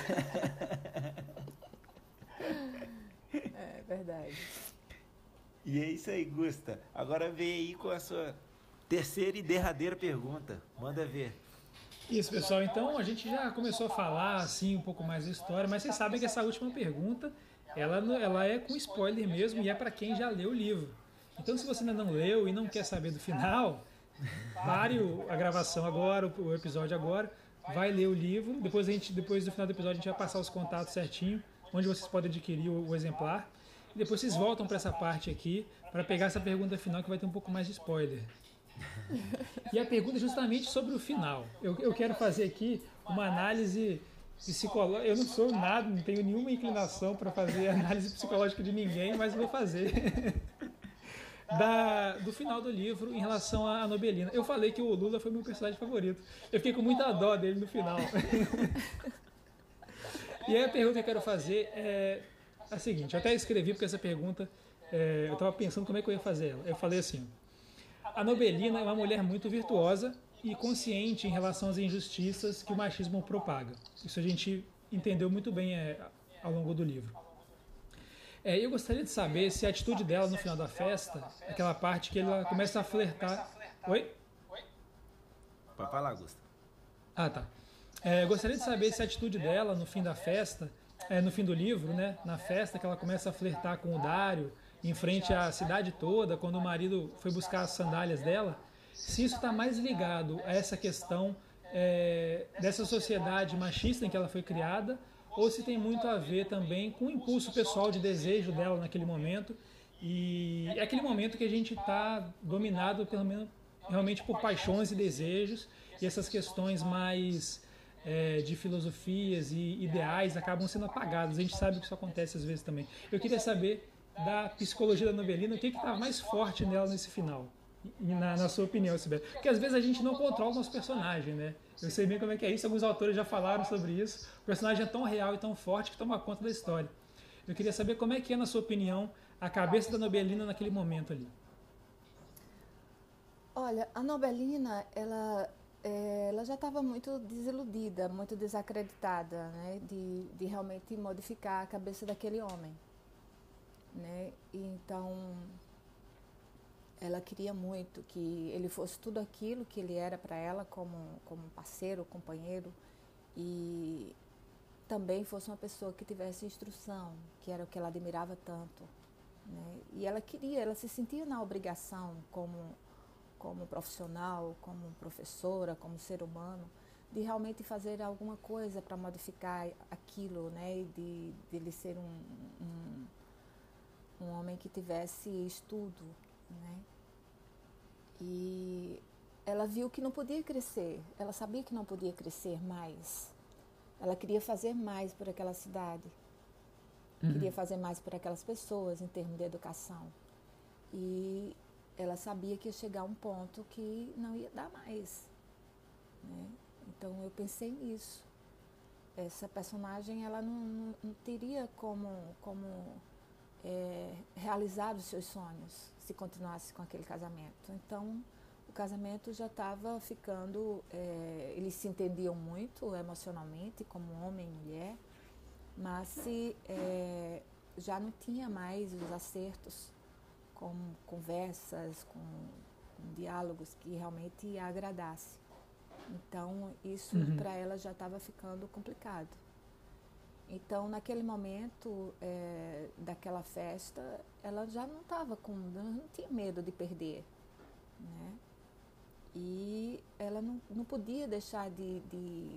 Speaker 2: É verdade.
Speaker 3: E é isso aí, Gusta. Agora vem aí com a sua terceira e derradeira pergunta. Manda ver.
Speaker 1: Isso, pessoal. Então a gente já começou a falar assim um pouco mais da história, mas vocês sabem que essa última pergunta, ela, não- ela é com spoiler mesmo e é para quem já leu o livro. Então, se você ainda não leu e não quer saber do final, pare o- a gravação agora, o o episódio agora, vai ler o livro. Depois a gente, depois do final do episódio, a gente vai passar os contatos certinho, onde vocês podem adquirir o, o exemplar. E depois vocês voltam para essa parte aqui para pegar essa pergunta final que vai ter um pouco mais de spoiler. E a pergunta é justamente sobre o final. Eu, eu quero fazer aqui uma análise psicológica. Eu não sou nada, não tenho nenhuma inclinação para fazer análise psicológica de ninguém, mas vou fazer. Da, do final do livro em relação à Nobelina. Eu falei que o Lula foi meu personagem favorito. Eu fiquei com muita dó dele no final. E aí a pergunta que eu quero fazer é a seguinte. Eu até escrevi porque essa pergunta, é, eu estava pensando como é que eu ia fazer ela. Eu falei assim, a Nobelina é uma mulher muito virtuosa e consciente em relação às injustiças que o machismo propaga. Isso a gente entendeu muito bem é, ao longo do livro. É, eu gostaria de saber se a atitude dela no final da festa, aquela parte que ela começa a flertar... Oi?
Speaker 3: Pode falar, Gusta.
Speaker 1: Ah, tá. É, eu gostaria de saber se a atitude dela no fim da festa, é, no fim do livro, né, na festa que ela começa a flertar com o Dário, em frente à cidade toda, quando o marido foi buscar as sandálias dela, se isso está mais ligado a essa questão é, dessa sociedade machista em que ela foi criada, ou se tem muito a ver também com o impulso pessoal de desejo dela naquele momento, e é aquele momento que a gente está dominado pelo menos realmente por paixões e desejos, e essas questões mais é, de filosofias e ideais acabam sendo apagadas. A gente sabe que isso acontece às vezes também. Eu queria saber da psicologia da Nobelina, o que estava mais forte nela nesse final, na, na sua opinião, Sibeli? Porque às vezes a gente não controla o nosso personagem, né? Eu sei bem como é que é isso, alguns autores já falaram sobre isso. O personagem é tão real e tão forte que toma conta da história. Eu queria saber como é que é, na sua opinião, a cabeça da Nobelina naquele momento ali.
Speaker 2: Olha, a Nobelina, ela, é, ela já estava muito desiludida, muito desacreditada, né, de, de realmente modificar a cabeça daquele homem, né? E então, ela queria muito que ele fosse tudo aquilo que ele era para ela como, como parceiro, companheiro, e também fosse uma pessoa que tivesse instrução, que era o que ela admirava tanto, né? E ela queria, ela se sentia na obrigação como, como profissional, como professora, como ser humano, de realmente fazer alguma coisa para modificar aquilo, né? E de, de ele ser um, um, um homem que tivesse estudo, né? E ela viu que não podia crescer, ela sabia que não podia crescer mais. Ela queria fazer mais por aquela cidade, uhum. queria fazer mais por aquelas pessoas em termos de educação. E ela sabia que ia chegar a um ponto que não ia dar mais, né? Então eu pensei nisso. Essa personagem, ela não, não, não teria como, como é, realizar os seus sonhos se continuasse com aquele casamento. Então o casamento já estava ficando, é, eles se entendiam muito emocionalmente como homem e mulher, mas se, é, já não tinha mais os acertos com conversas, com, com diálogos que realmente a agradasse. Então isso uhum. para ela já estava ficando complicado. Então naquele momento é, daquela festa, ela já não estava com, não tinha medo de perder, né? E ela não, não podia deixar de, de,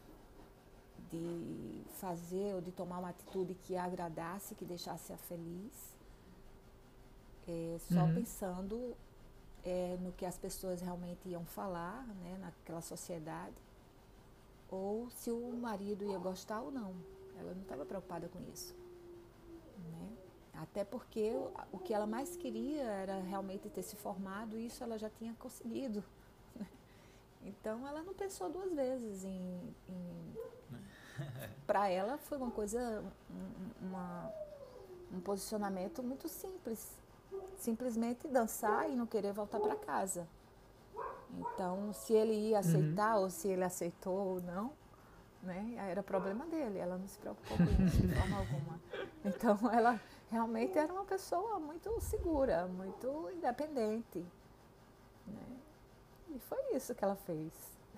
Speaker 2: de fazer ou de tomar uma atitude que a agradasse, que deixasse-a feliz, é, só uhum. pensando é, no que as pessoas realmente iam falar, né, naquela sociedade, ou se o marido ia gostar ou não. Ela não estava preocupada com isso, né? Até porque o, o que ela mais queria era realmente ter se formado, e isso ela já tinha conseguido. Então ela não pensou duas vezes em, em... para ela foi uma coisa, um, uma, um posicionamento muito simples, simplesmente dançar e não querer voltar para casa. Então se ele ia aceitar uhum. ou se ele aceitou ou não, né, era problema dele, ela não se preocupou com isso de forma alguma. Então ela realmente era uma pessoa muito segura, muito independente, né? E foi isso que ela fez.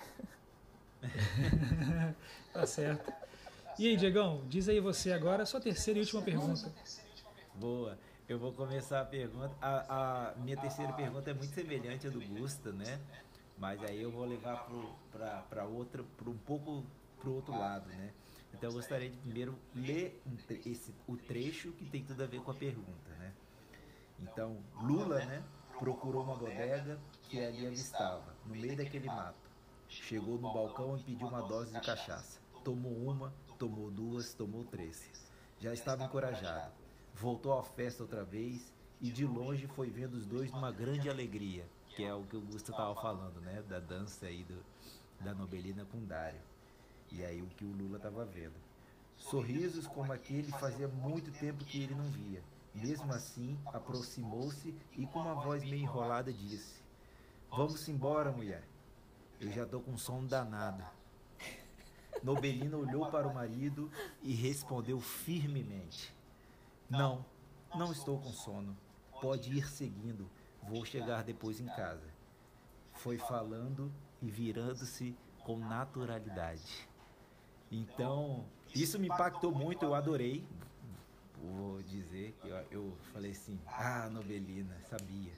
Speaker 1: Tá certo. E aí, Diegão, diz aí você agora a sua terceira e última pergunta.
Speaker 3: Boa. Eu vou começar a pergunta. A, a minha terceira pergunta é muito semelhante à do Gusta, né? Mas aí eu vou levar para outra, para um pouco para o outro lado, né? Então eu gostaria de primeiro ler um, esse, o trecho que tem tudo a ver com a pergunta, né? Então, Lula, né, procurou uma bodega que ali avistava, no meio daquele mato. Chegou no balcão e pediu uma dose de cachaça. Tomou uma, tomou duas, tomou três. Já estava encorajado. Voltou à festa outra vez e de longe foi vendo os dois numa grande alegria, que é o que o Gusto estava falando, né, da dança aí do, da Nobelina com Dário. E aí o que o Lula estava vendo. Sorrisos como aquele fazia muito tempo que ele não via. Mesmo assim, aproximou-se e com uma voz meio enrolada disse: "Vamos embora, mulher. Eu já tô com sono danado." Nobelina olhou para o marido e respondeu firmemente: "Não, não estou com sono. Pode ir seguindo. Vou chegar depois em casa." Foi falando e virando-se com naturalidade. Então, isso me impactou muito, eu adorei. Vou dizer que eu, eu falei assim: ah, Nobelina, sabia.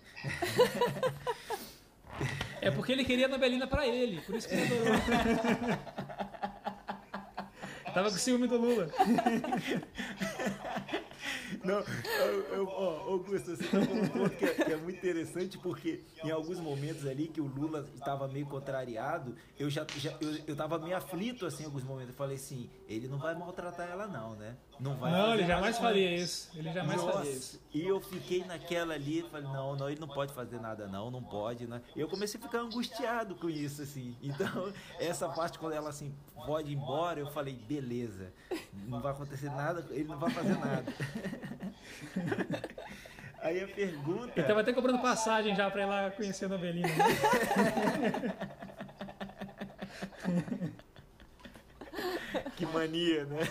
Speaker 1: É porque ele queria a Nobelina pra ele, por isso que ele adorou. Tava com ciúme do Lula.
Speaker 3: Não, eu, eu, ó, Augusto, você tocou um ponto que é, que é muito interessante, porque em alguns momentos ali que o Lula estava meio contrariado, eu já, já eu, eu tava meio aflito assim em alguns momentos. Eu falei assim, ele não vai maltratar ela não, né? Não, vai
Speaker 1: não ele jamais faria isso. Ele jamais
Speaker 3: Nossa,
Speaker 1: faria isso.
Speaker 3: E eu fiquei naquela ali, falei, não, não, ele não pode fazer nada não, não pode, né? Eu comecei a ficar angustiado com isso, assim. Então, essa parte quando ela assim, pode ir embora, eu falei, beleza, não vai acontecer nada, ele não vai fazer nada. Aí a pergunta...
Speaker 1: Ele tava até comprando passagem já pra ir lá conhecer a Nobelina. Né?
Speaker 3: Que mania, né?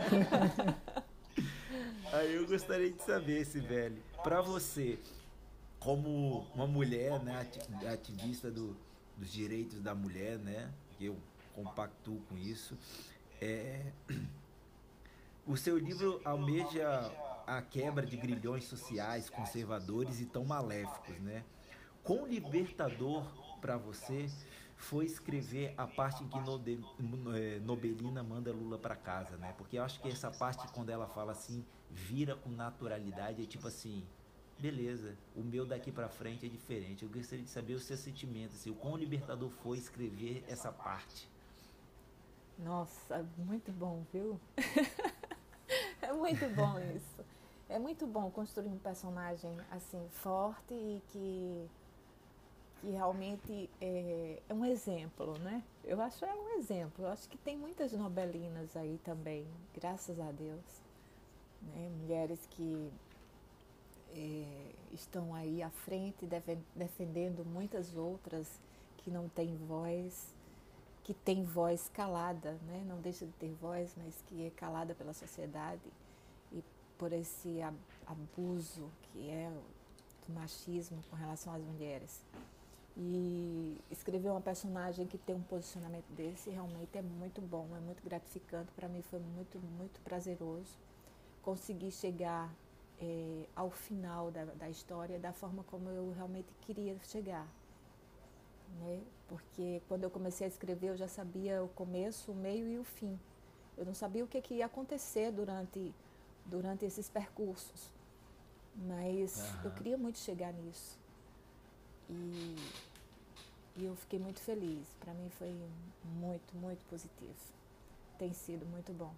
Speaker 3: Aí eu gostaria de saber, Cibele, pra você, como uma mulher, né, ativista do, dos direitos da mulher, né, que eu compactuo com isso, é, o seu livro almeja a quebra de grilhões sociais, conservadores e tão maléficos, né? Quão libertador para você foi escrever a parte em que Node- Nobelina manda Lula para casa, né? Porque eu acho que essa parte, quando ela fala assim, vira com naturalidade, é tipo assim, beleza, o meu daqui para frente é diferente. Eu gostaria de saber o seu sentimento, assim, o quão libertador foi escrever essa parte.
Speaker 2: Nossa, muito bom, viu? É muito bom isso. É muito bom construir um personagem assim forte e que, que realmente é, é um exemplo, né? Eu acho é um exemplo. Eu acho que tem muitas nobelinas aí também, graças a Deus, né? Mulheres que é, estão aí à frente defendendo muitas outras que não têm voz, que tem voz calada, né? Não deixa de ter voz, mas que é calada pela sociedade e por esse abuso que é do machismo com relação às mulheres. E escrever uma personagem que tem um posicionamento desse realmente é muito bom, é muito gratificante. Para mim foi muito, muito prazeroso conseguir chegar é, ao final da, da história da forma como eu realmente queria chegar. Né? Porque quando eu comecei a escrever eu já sabia o começo, o meio e o fim. Eu não sabia o que, que ia acontecer durante, durante esses percursos, mas uhum. eu queria muito chegar nisso e, e eu fiquei muito feliz. Para mim foi muito, muito positivo. Tem sido muito bom.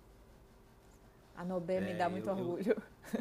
Speaker 2: A Nobel é, me dá muito eu, orgulho.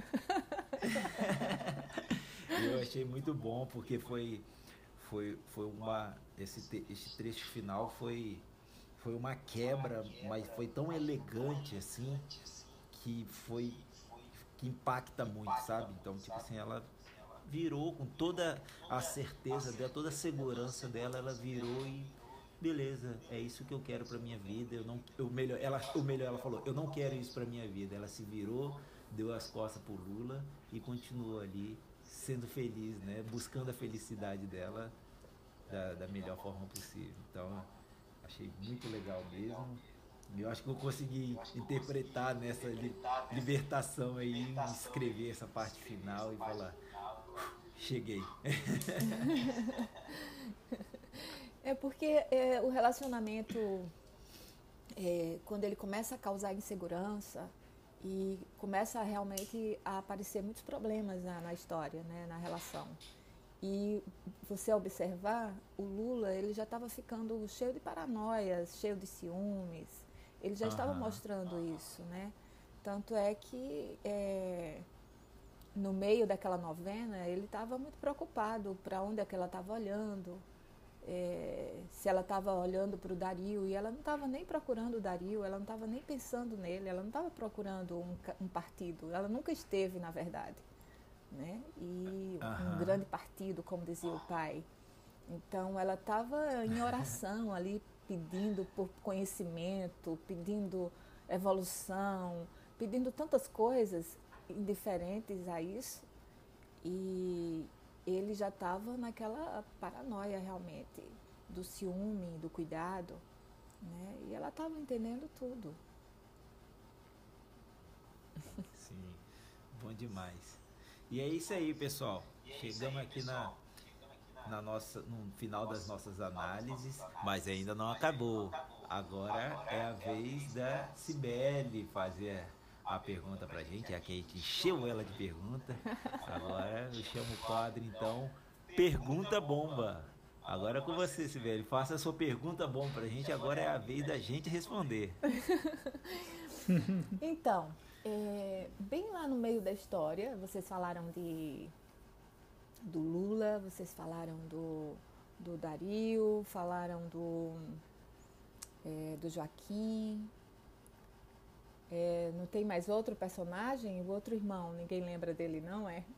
Speaker 3: Eu... eu achei muito bom porque foi Foi, foi uma, esse, esse trecho final foi, foi uma quebra, mas foi tão elegante assim, que foi, que impacta muito, sabe? Então, tipo assim, ela virou com toda a certeza dela, toda a segurança dela, ela virou e beleza, é isso que eu quero pra minha vida. Eu não, eu melhor, ela, o melhor, ela falou, eu não quero isso pra minha vida. Ela se virou, deu as costas pro Lula e continuou ali, sendo feliz, né? Buscando a felicidade dela da, da melhor forma possível. Então, achei muito legal mesmo. Eu acho que eu consegui interpretar nessa li, libertação aí, escrever essa parte final e falar, cheguei.
Speaker 2: É porque é, o relacionamento, é, quando ele começa a causar insegurança, e começa realmente a aparecer muitos problemas na, na história, né, na relação. E você observar, o Lula ele já estava ficando cheio de paranoias, cheio de ciúmes, ele já uhum. estava mostrando isso, né? Tanto é que é, no meio daquela novena ele estava muito preocupado para onde é que ela estava olhando. É, se ela estava olhando para o Dario, e ela não estava nem procurando o Dario, ela não estava nem pensando nele, ela não estava procurando um, um partido, ela nunca esteve, na verdade, né? E uhum. um grande partido, como dizia o pai. Então ela estava em oração ali, pedindo por conhecimento, pedindo evolução, pedindo tantas coisas indiferentes a isso, e ele já estava naquela paranoia realmente, do ciúme, do cuidado, né? E ela estava entendendo tudo.
Speaker 3: Sim, bom demais. E é isso aí, pessoal. Chegamos aqui na, na nossa, no final das nossas análises, mas ainda não acabou. Agora é a vez da Cibele fazer a pergunta pra gente, é a que a gente encheu ela de pergunta. Agora eu chamo o quadro, então, Pergunta Bomba. Agora é com você, Cibele. Faça a sua pergunta bomba pra gente, agora é a vez da gente responder.
Speaker 2: Então, é, bem lá no meio da história, vocês falaram de do Lula, vocês falaram do, do Dario, falaram do, é, do Joaquim. É, não tem mais outro personagem? O outro irmão, ninguém lembra dele, não é?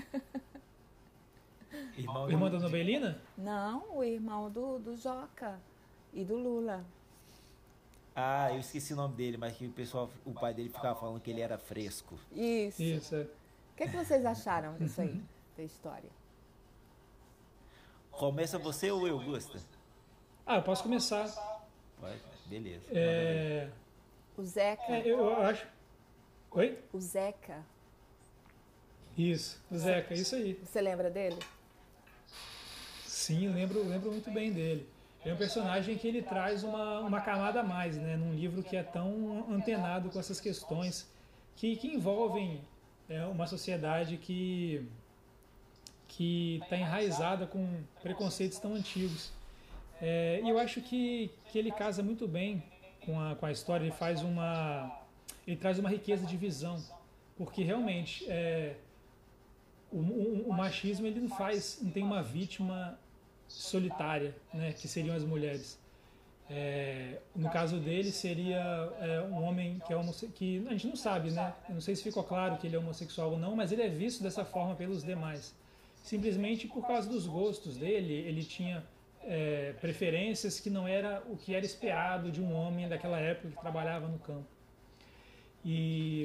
Speaker 1: Irmão, o irmão da Nobelina?
Speaker 2: Não, o irmão do, do Joca e do Lula.
Speaker 3: Ah, eu esqueci o nome dele, mas que o pessoal, o pai dele ficava falando que ele era fresco.
Speaker 2: Isso.
Speaker 1: Isso, é.
Speaker 2: O que, é que vocês acharam disso aí, da história?
Speaker 3: Começa você ou eu, Gusta?
Speaker 1: Ah, eu posso começar.
Speaker 3: Pode? Beleza.
Speaker 1: É...
Speaker 2: O Zeca.
Speaker 1: É, eu acho. Oi?
Speaker 2: O Zeca.
Speaker 1: Isso, o Zeca, isso aí.
Speaker 2: Você lembra dele?
Speaker 1: Sim, eu lembro, lembro muito bem dele. É um personagem que ele traz uma, uma camada a mais, né? Num livro que é tão antenado com essas questões que, que envolvem é, uma sociedade que que está enraizada com preconceitos tão antigos. É, e eu acho que, que ele casa muito bem com a, com a história, ele faz uma... ele traz uma riqueza de visão, porque realmente é, o, o, o machismo ele não faz, não tem uma vítima solitária, né, que seriam as mulheres. É, no caso dele seria é, um homem que é homossexual, que a gente não sabe, né? Eu não sei se ficou claro que ele é homossexual ou não, mas ele é visto dessa forma pelos demais. Simplesmente por causa dos gostos dele, ele tinha é, preferências que não era o que era esperado de um homem daquela época que trabalhava no campo. E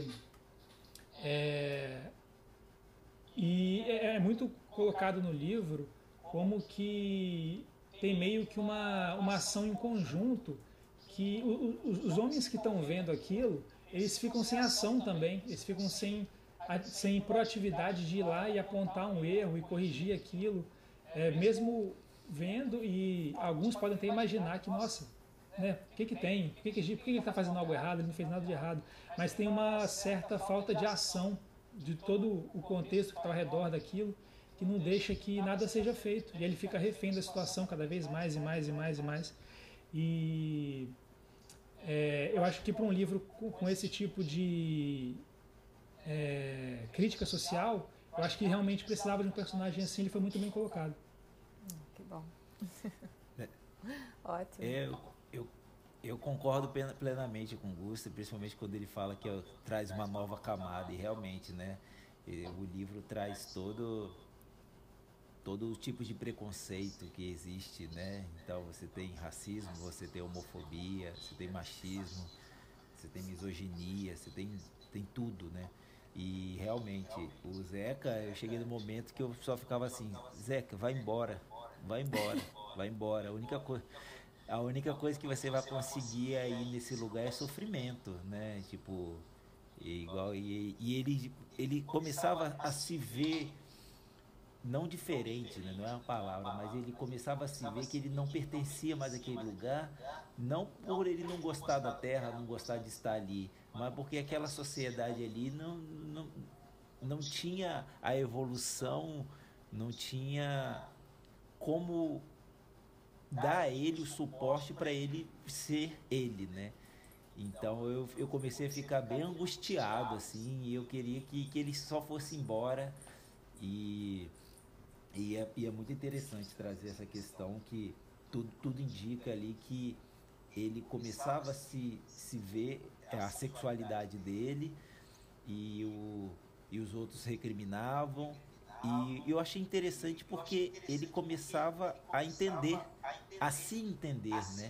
Speaker 1: é, e é muito colocado no livro como que tem meio que uma, uma ação em conjunto, que os, os homens que estão vendo aquilo, eles ficam sem ação também, eles ficam sem, sem proatividade de ir lá e apontar um erro e corrigir aquilo, é, mesmo vendo, e alguns podem até imaginar que, nossa, né, o que que tem? Por que, que, por que ele está fazendo algo errado? Ele não fez nada de errado. Mas tem uma certa falta de ação de todo o contexto que está ao redor daquilo, que não deixa que nada seja feito. E ele fica refém da situação cada vez mais e mais e mais e mais. E é, eu acho que para um livro com, com esse tipo de é, crítica social, eu acho que realmente precisava de um personagem assim, ele foi muito bem colocado.
Speaker 2: Hum, que bom. Ótimo.
Speaker 3: É, eu, eu, eu concordo plenamente com o Gusto, principalmente quando ele fala que ó, traz uma nova camada, e realmente, né, o livro traz todo... todo tipo de preconceito que existe, né? Então você tem racismo, você tem homofobia, você tem machismo, você tem misoginia, você tem, tem tudo, né? E realmente, o Zeca, eu cheguei no momento que eu só ficava assim, Zeca, vai embora, vai embora, vai embora. A única coisa, a única coisa que você vai conseguir aí nesse lugar é sofrimento, né? Tipo, igual, e, e ele, ele começava a se ver não diferente, né? Não é uma palavra, mas ele começava a se ver que ele não pertencia mais àquele lugar, não por ele não gostar da terra, não gostar de estar ali, mas porque aquela sociedade ali não, não, não tinha a evolução, não tinha como dar a ele o suporte para ele ser ele, né? Então eu, eu comecei a ficar bem angustiado, assim, e eu queria que, que ele só fosse embora. E E é, e é muito interessante trazer essa questão que tudo, tudo indica ali que ele começava a se, se ver a sexualidade dele e, o, e os outros recriminavam. E eu achei interessante porque ele começava a entender, a se entender, né?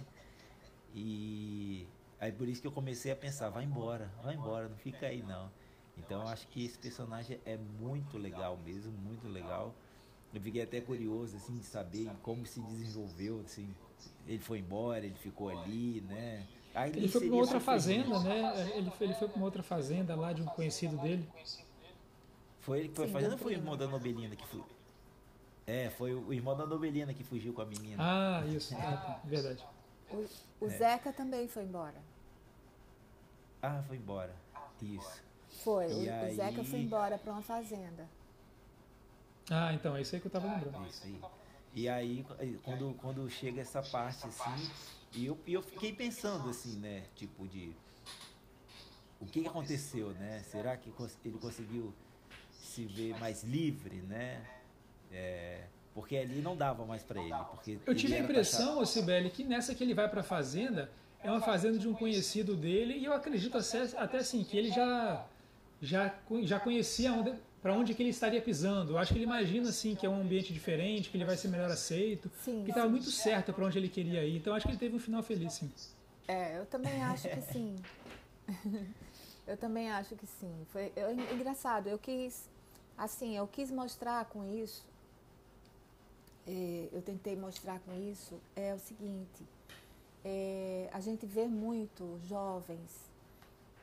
Speaker 3: E aí por isso que eu comecei a pensar, vai embora, vai embora, não fica aí não. Então eu acho que esse personagem é muito legal mesmo, muito legal. Eu fiquei até curioso, assim, de saber como se desenvolveu, assim, ele foi embora, ele ficou ali, né? Aí
Speaker 1: ele foi para uma outra fazenda, né? Ele foi, ele foi para uma outra fazenda lá de um conhecido dele.
Speaker 3: Foi ele que foi fazenda ou foi o irmão da Nobelina que foi? É, foi o irmão da Nobelina que fugiu com a menina.
Speaker 1: Ah, isso, é, verdade.
Speaker 2: O, o é. Zeca também foi embora.
Speaker 3: Ah, foi embora, isso.
Speaker 2: Foi, o, aí... o Zeca foi embora para uma fazenda.
Speaker 1: Ah, então, é isso aí que eu tava lembrando.
Speaker 3: Isso aí. E aí, quando, quando chega essa parte, assim, e eu, eu fiquei pensando, assim, né, tipo de... O que aconteceu, né? Será que ele conseguiu se ver mais livre, né? É, porque ali não dava mais para ele. Porque
Speaker 1: eu tive
Speaker 3: a
Speaker 1: impressão, taxado... Cibele, que nessa que ele vai para a fazenda, é uma fazenda de um conhecido dele, e eu acredito até, até assim, que ele já, já, já conhecia onde... para onde que ele estaria pisando. Eu acho que ele imagina assim que é um ambiente diferente, que ele vai ser melhor aceito, sim, que estava muito certo para onde ele queria ir. Então acho que ele teve um final feliz, sim.
Speaker 2: É, eu também acho que sim. Eu também acho que sim. Foi eu, engraçado. Eu quis, assim, eu quis mostrar com isso. É, eu tentei mostrar com isso é o seguinte. É, a gente vê muito jovens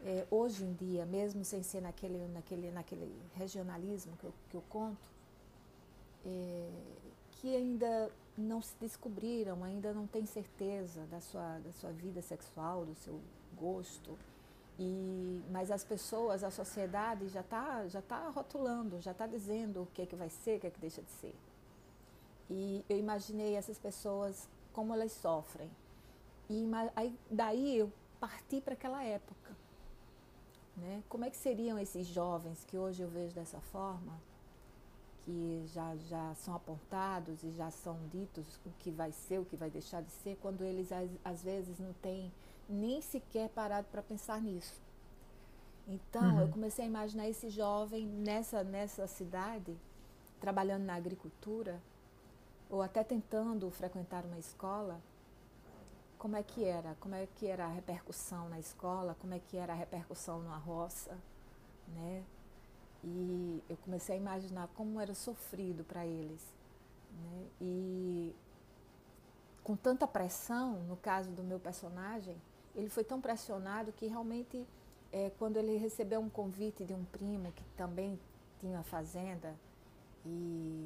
Speaker 2: é, hoje em dia, mesmo sem ser naquele, naquele, naquele regionalismo que eu, que eu conto, é, que ainda não se descobriram, ainda não têm certeza da sua, da sua vida sexual, do seu gosto. E, mas as pessoas, a sociedade já está já tá rotulando, já está dizendo o que é que vai ser, o que é que deixa de ser. E eu imaginei essas pessoas, como elas sofrem. E aí, daí eu parti para aquela época. Né? Como é que seriam esses jovens que hoje eu vejo dessa forma, que já, já são apontados e já são ditos o que vai ser, o que vai deixar de ser, quando eles às, às vezes não têm nem sequer parado para pensar nisso. Então, uhum. eu comecei a imaginar esse jovem nessa, nessa cidade, trabalhando na agricultura, ou até tentando frequentar uma escola. Como é que era? Como é que era a repercussão na escola? Como é que era a repercussão na roça? Né? E eu comecei a imaginar como era sofrido para eles. Né? E com tanta pressão, no caso do meu personagem, ele foi tão pressionado que realmente, é, quando ele recebeu um convite de um primo que também tinha fazenda, e,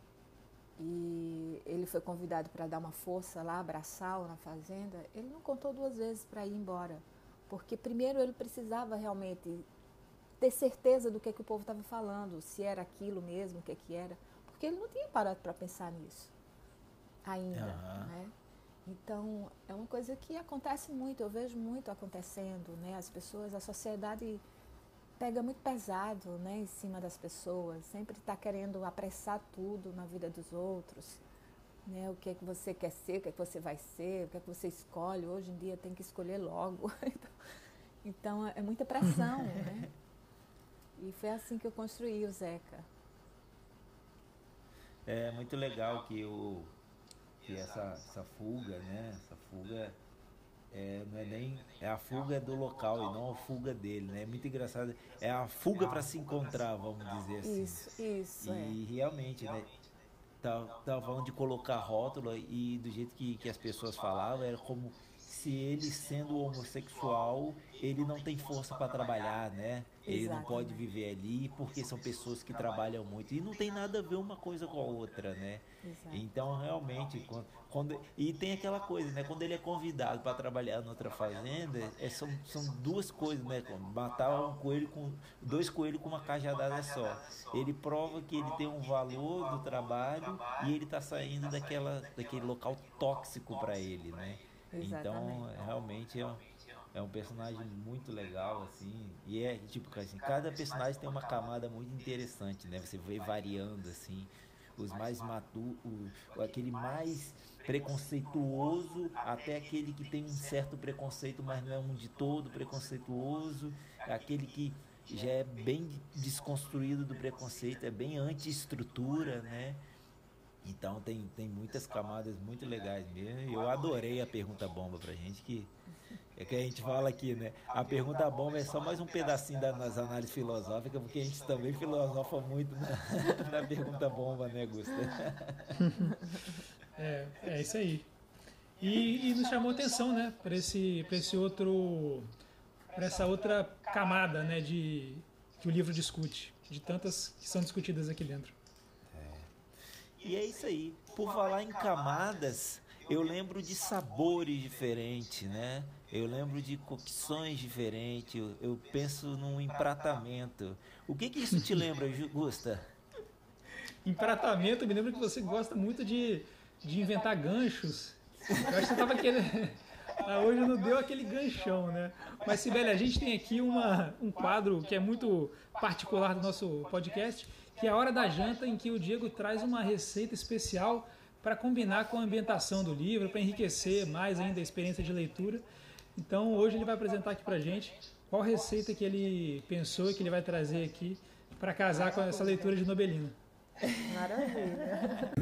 Speaker 2: e ele foi convidado para dar uma força lá, abraçá-lo na fazenda, ele não contou duas vezes para ir embora, porque primeiro ele precisava realmente ter certeza do que, é que o povo estava falando, se era aquilo mesmo, o que, é que era, porque ele não tinha parado para pensar nisso ainda, uhum. né? Então, é uma coisa que acontece muito, eu vejo muito acontecendo, né? As pessoas, a sociedade pega muito pesado, né, em cima das pessoas, sempre está querendo apressar tudo na vida dos outros, né? O que é que você quer ser, o que é que você vai ser, o que é que você escolhe, hoje em dia tem que escolher logo. Então, é muita pressão, né? E foi assim que eu construí o Zeca.
Speaker 3: É muito legal que o... que essa, essa fuga, né? Essa fuga é, não é nem é a fuga do local e não a fuga dele, né? É muito engraçado. É a fuga para se encontrar, vamos dizer assim.
Speaker 2: Isso, isso.
Speaker 3: E
Speaker 2: é.
Speaker 3: realmente, né? Tava, tava falando de colocar rótulo e do jeito que, que as pessoas falavam, era como se ele sendo homossexual, ele não tem força para trabalhar, né? Ele não pode viver ali porque são pessoas que trabalham muito. E não tem nada a ver uma coisa com a outra, né?
Speaker 2: Exato.
Speaker 3: Então, realmente, quando, quando, e tem aquela coisa, né? Quando ele é convidado para trabalhar em outra fazenda, é, são, são duas coisas, né? Matar um coelho com, dois coelhos com uma cajadada só. Ele prova que ele tem um valor do trabalho e ele está saindo daquela, daquele local tóxico para ele, né?
Speaker 2: Exatamente.
Speaker 3: Então, realmente é um, é um personagem muito legal, assim, e é tipo assim, cada personagem tem uma camada muito interessante, né? Você vê variando, assim, os mais maduros, aquele mais preconceituoso, até aquele que tem um certo preconceito, mas não é um de todo preconceituoso, aquele que já é bem desconstruído do preconceito, é bem anti-estrutura, né? Então tem, tem muitas camadas muito legais mesmo. Eu adorei a pergunta bomba pra gente, que é que a gente fala aqui, né? A pergunta bomba é só mais um pedacinho da, das análises filosóficas, porque a gente também filosofa muito na, na pergunta bomba, né, Gusta?
Speaker 1: É, é isso aí. E, e nos chamou atenção, né, para esse, para esse outro, para essa outra camada, né, de que o livro discute, de tantas que são discutidas aqui dentro.
Speaker 3: E é isso aí. Por falar em camadas, eu lembro de sabores diferentes, né? Eu lembro de cocções diferentes. Eu, eu penso num empratamento. O que que isso te lembra, Gusta?
Speaker 1: Empratamento, me lembra que você gosta muito de, de inventar ganchos. Eu acho que você estava querendo... Ah, hoje não deu aquele ganchão, né? Mas, Sibeli, a gente tem aqui uma, um quadro que é muito particular do nosso podcast, que é a Hora da Janta, em que o Diego traz uma receita especial para combinar com a ambientação do livro, para enriquecer mais ainda a experiência de leitura. Então, hoje ele vai apresentar aqui para a gente qual receita que ele pensou e que ele vai trazer aqui para casar com essa leitura de Nobelina.
Speaker 2: Maravilha!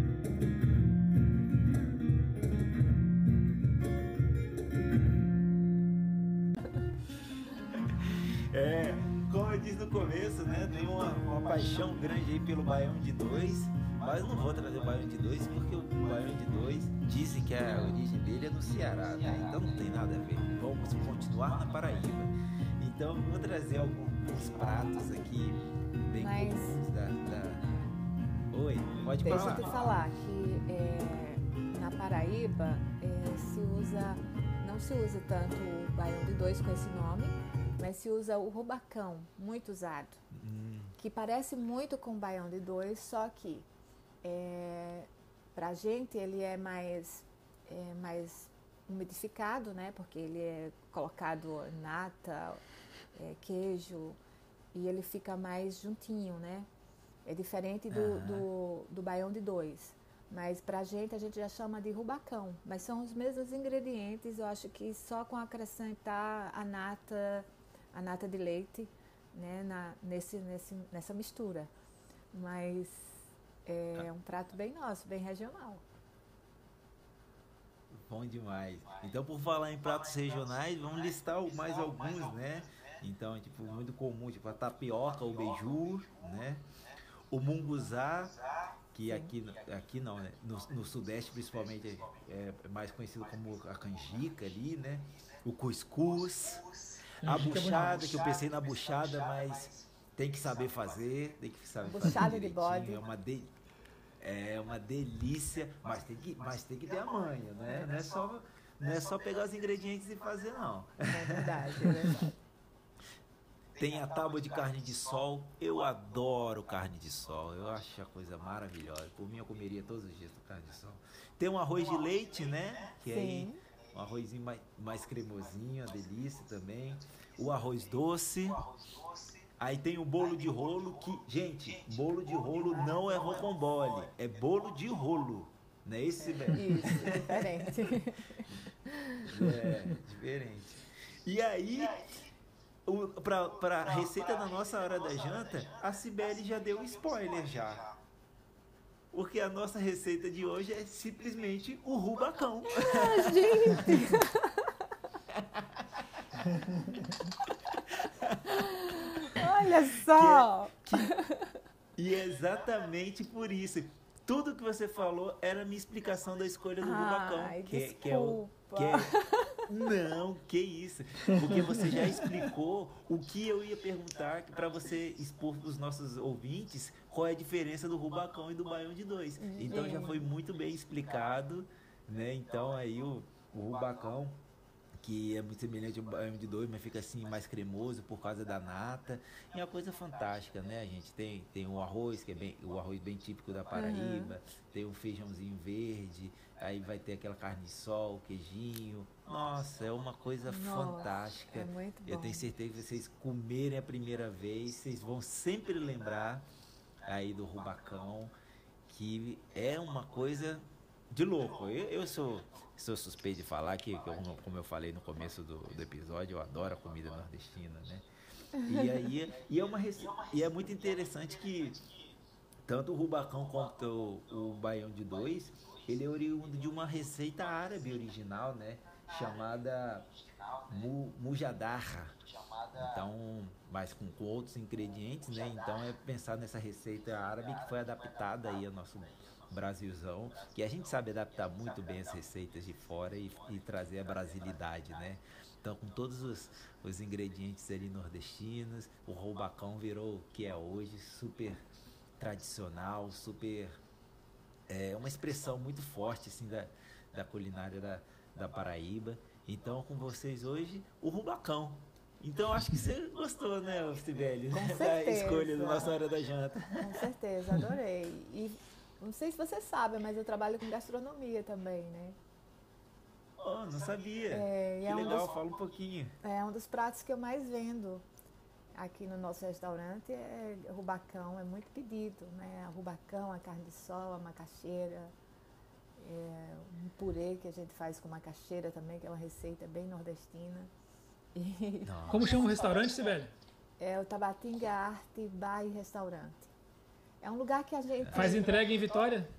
Speaker 3: É, como eu disse no começo, né, tem uma, uma paixão grande aí pelo Baião de Dois, mas não vou trazer o Baião de Dois porque o Baião de Dois dizem que a origem dele é no Ceará, né, então não tem nada a ver, vamos continuar na Paraíba. Então eu vou trazer alguns pratos aqui bem
Speaker 2: Mas...
Speaker 3: comuns da, da... Oi, pode
Speaker 2: Deixa
Speaker 3: falar.
Speaker 2: eu te falar que é, na Paraíba é, se usa, não se usa tanto o baião de dois com esse nome, mas se usa o rubacão, muito usado,
Speaker 3: Hum.
Speaker 2: que parece muito com o baião de dois, só que é, pra gente ele é mais, é, mais umidificado, né? Porque ele é colocado nata, é, queijo, e ele fica mais juntinho, né? É diferente do,
Speaker 3: Aham.
Speaker 2: do, do baião de dois. Mas pra gente, a gente já chama de rubacão. Mas são os mesmos ingredientes, eu acho que só com acrescentar a nata, a nata de leite, né? Na, nesse, nesse, nessa mistura. Mas é um prato bem nosso, bem regional.
Speaker 3: Bom demais. Então, por falar em pratos regionais, vamos listar o- mais alguns, né? Então, tipo, muito comum, tipo a tapioca, o beiju, né? O munguzá, que
Speaker 2: Sim.
Speaker 3: aqui, aqui não, né? No, no Sudeste, principalmente, é é mais conhecido como a canjica ali, né? O cuscuz, a
Speaker 1: Canjica é
Speaker 3: buchada,
Speaker 1: bonito.
Speaker 3: que eu pensei na buchada, mas tem que saber fazer, tem que saber fazer
Speaker 2: Buchada de
Speaker 3: direitinho.
Speaker 2: bode.
Speaker 3: É uma de... É uma delícia, mas tem que, mas tem que ter a manha, né? Não é só, não é só pegar os ingredientes e fazer, não.
Speaker 2: É verdade, é verdade.
Speaker 3: Tem a tábua de carne de sol. Eu adoro carne de sol. Eu acho a coisa maravilhosa. Por mim, eu comeria todos os dias com carne de sol. Tem um arroz de leite, né? Que aí
Speaker 2: Sim.
Speaker 3: um arrozinho mais, mais cremosinho, uma delícia também. O arroz doce. Aí tem o bolo de rolo, que, gente, bolo de rolo não é rocambole, é bolo de rolo. Não é esse, velho?
Speaker 2: Isso, diferente.
Speaker 3: É, diferente. E aí, o, pra, pra receita da nossa hora da janta, a Cibele já deu um spoiler já. Porque a nossa receita de hoje é simplesmente o rubacão.
Speaker 2: Ah, gente! Olha só!
Speaker 3: E é exatamente por isso. Tudo que você falou era a minha explicação da escolha do rubacão.
Speaker 2: Ai,
Speaker 3: que, é- que é o,
Speaker 2: desculpa.
Speaker 3: que é- Não, que isso. Porque você já explicou o que eu ia perguntar para você expor para os nossos ouvintes qual é a diferença do rubacão e do baião de dois. Então já foi muito bem explicado, né? Então aí o, o rubacão, que é muito semelhante ao baião de dois, mas fica assim mais cremoso por causa da nata. E é uma coisa fantástica, né? A gente tem, tem o arroz, que é bem, o arroz bem típico da Paraíba, uhum. Tem um feijãozinho verde, aí vai ter aquela carne de sol, o queijinho. Nossa, é uma coisa
Speaker 2: Nossa,
Speaker 3: fantástica.
Speaker 2: é muito bom.
Speaker 3: Eu tenho certeza que vocês comerem a primeira vez, vocês vão sempre lembrar aí do rubacão, que é uma coisa de louco. Eu, eu sou, sou suspeito de falar que, que eu, como eu falei no começo do, do episódio, eu adoro a comida nordestina, né? E aí e é, uma, e é muito interessante que tanto o rubacão quanto o, o baião de dois, ele é oriundo de uma receita árabe original, né? Chamada mu, mujadarra. Então, mas com, com outros ingredientes, né? Então é pensar nessa receita árabe que foi adaptada aí ao nosso Brasilzão, que a gente sabe adaptar muito bem as receitas de fora e, e trazer a brasilidade, né? Então, com todos os, os ingredientes ali nordestinos, o rubacão virou o que é hoje, super tradicional, super... É uma expressão muito forte, assim, da, da culinária da, da Paraíba. Então, com vocês hoje, o rubacão. Então, acho que você gostou, né, Cibele,
Speaker 2: Com
Speaker 3: da
Speaker 2: certeza.
Speaker 3: escolha da nossa hora da janta.
Speaker 2: Com certeza, adorei. E não sei se você sabe, mas eu trabalho com gastronomia também, né?
Speaker 3: Oh, não sabia.
Speaker 2: É,
Speaker 3: que
Speaker 2: é um
Speaker 3: legal,
Speaker 2: dos-
Speaker 3: fala um pouquinho.
Speaker 2: É um dos pratos que eu mais vendo aqui no nosso restaurante, é rubacão, é muito pedido, né? A rubacão, a carne de sol, a macaxeira, é, um purê que a gente faz com macaxeira também, que é uma receita bem nordestina. E
Speaker 3: Nossa.
Speaker 1: Como chama o restaurante, Sibeli?
Speaker 2: é o Tabatinga Arte Bar e Restaurante. É um lugar que a gente...
Speaker 1: Faz entrega em Vitória?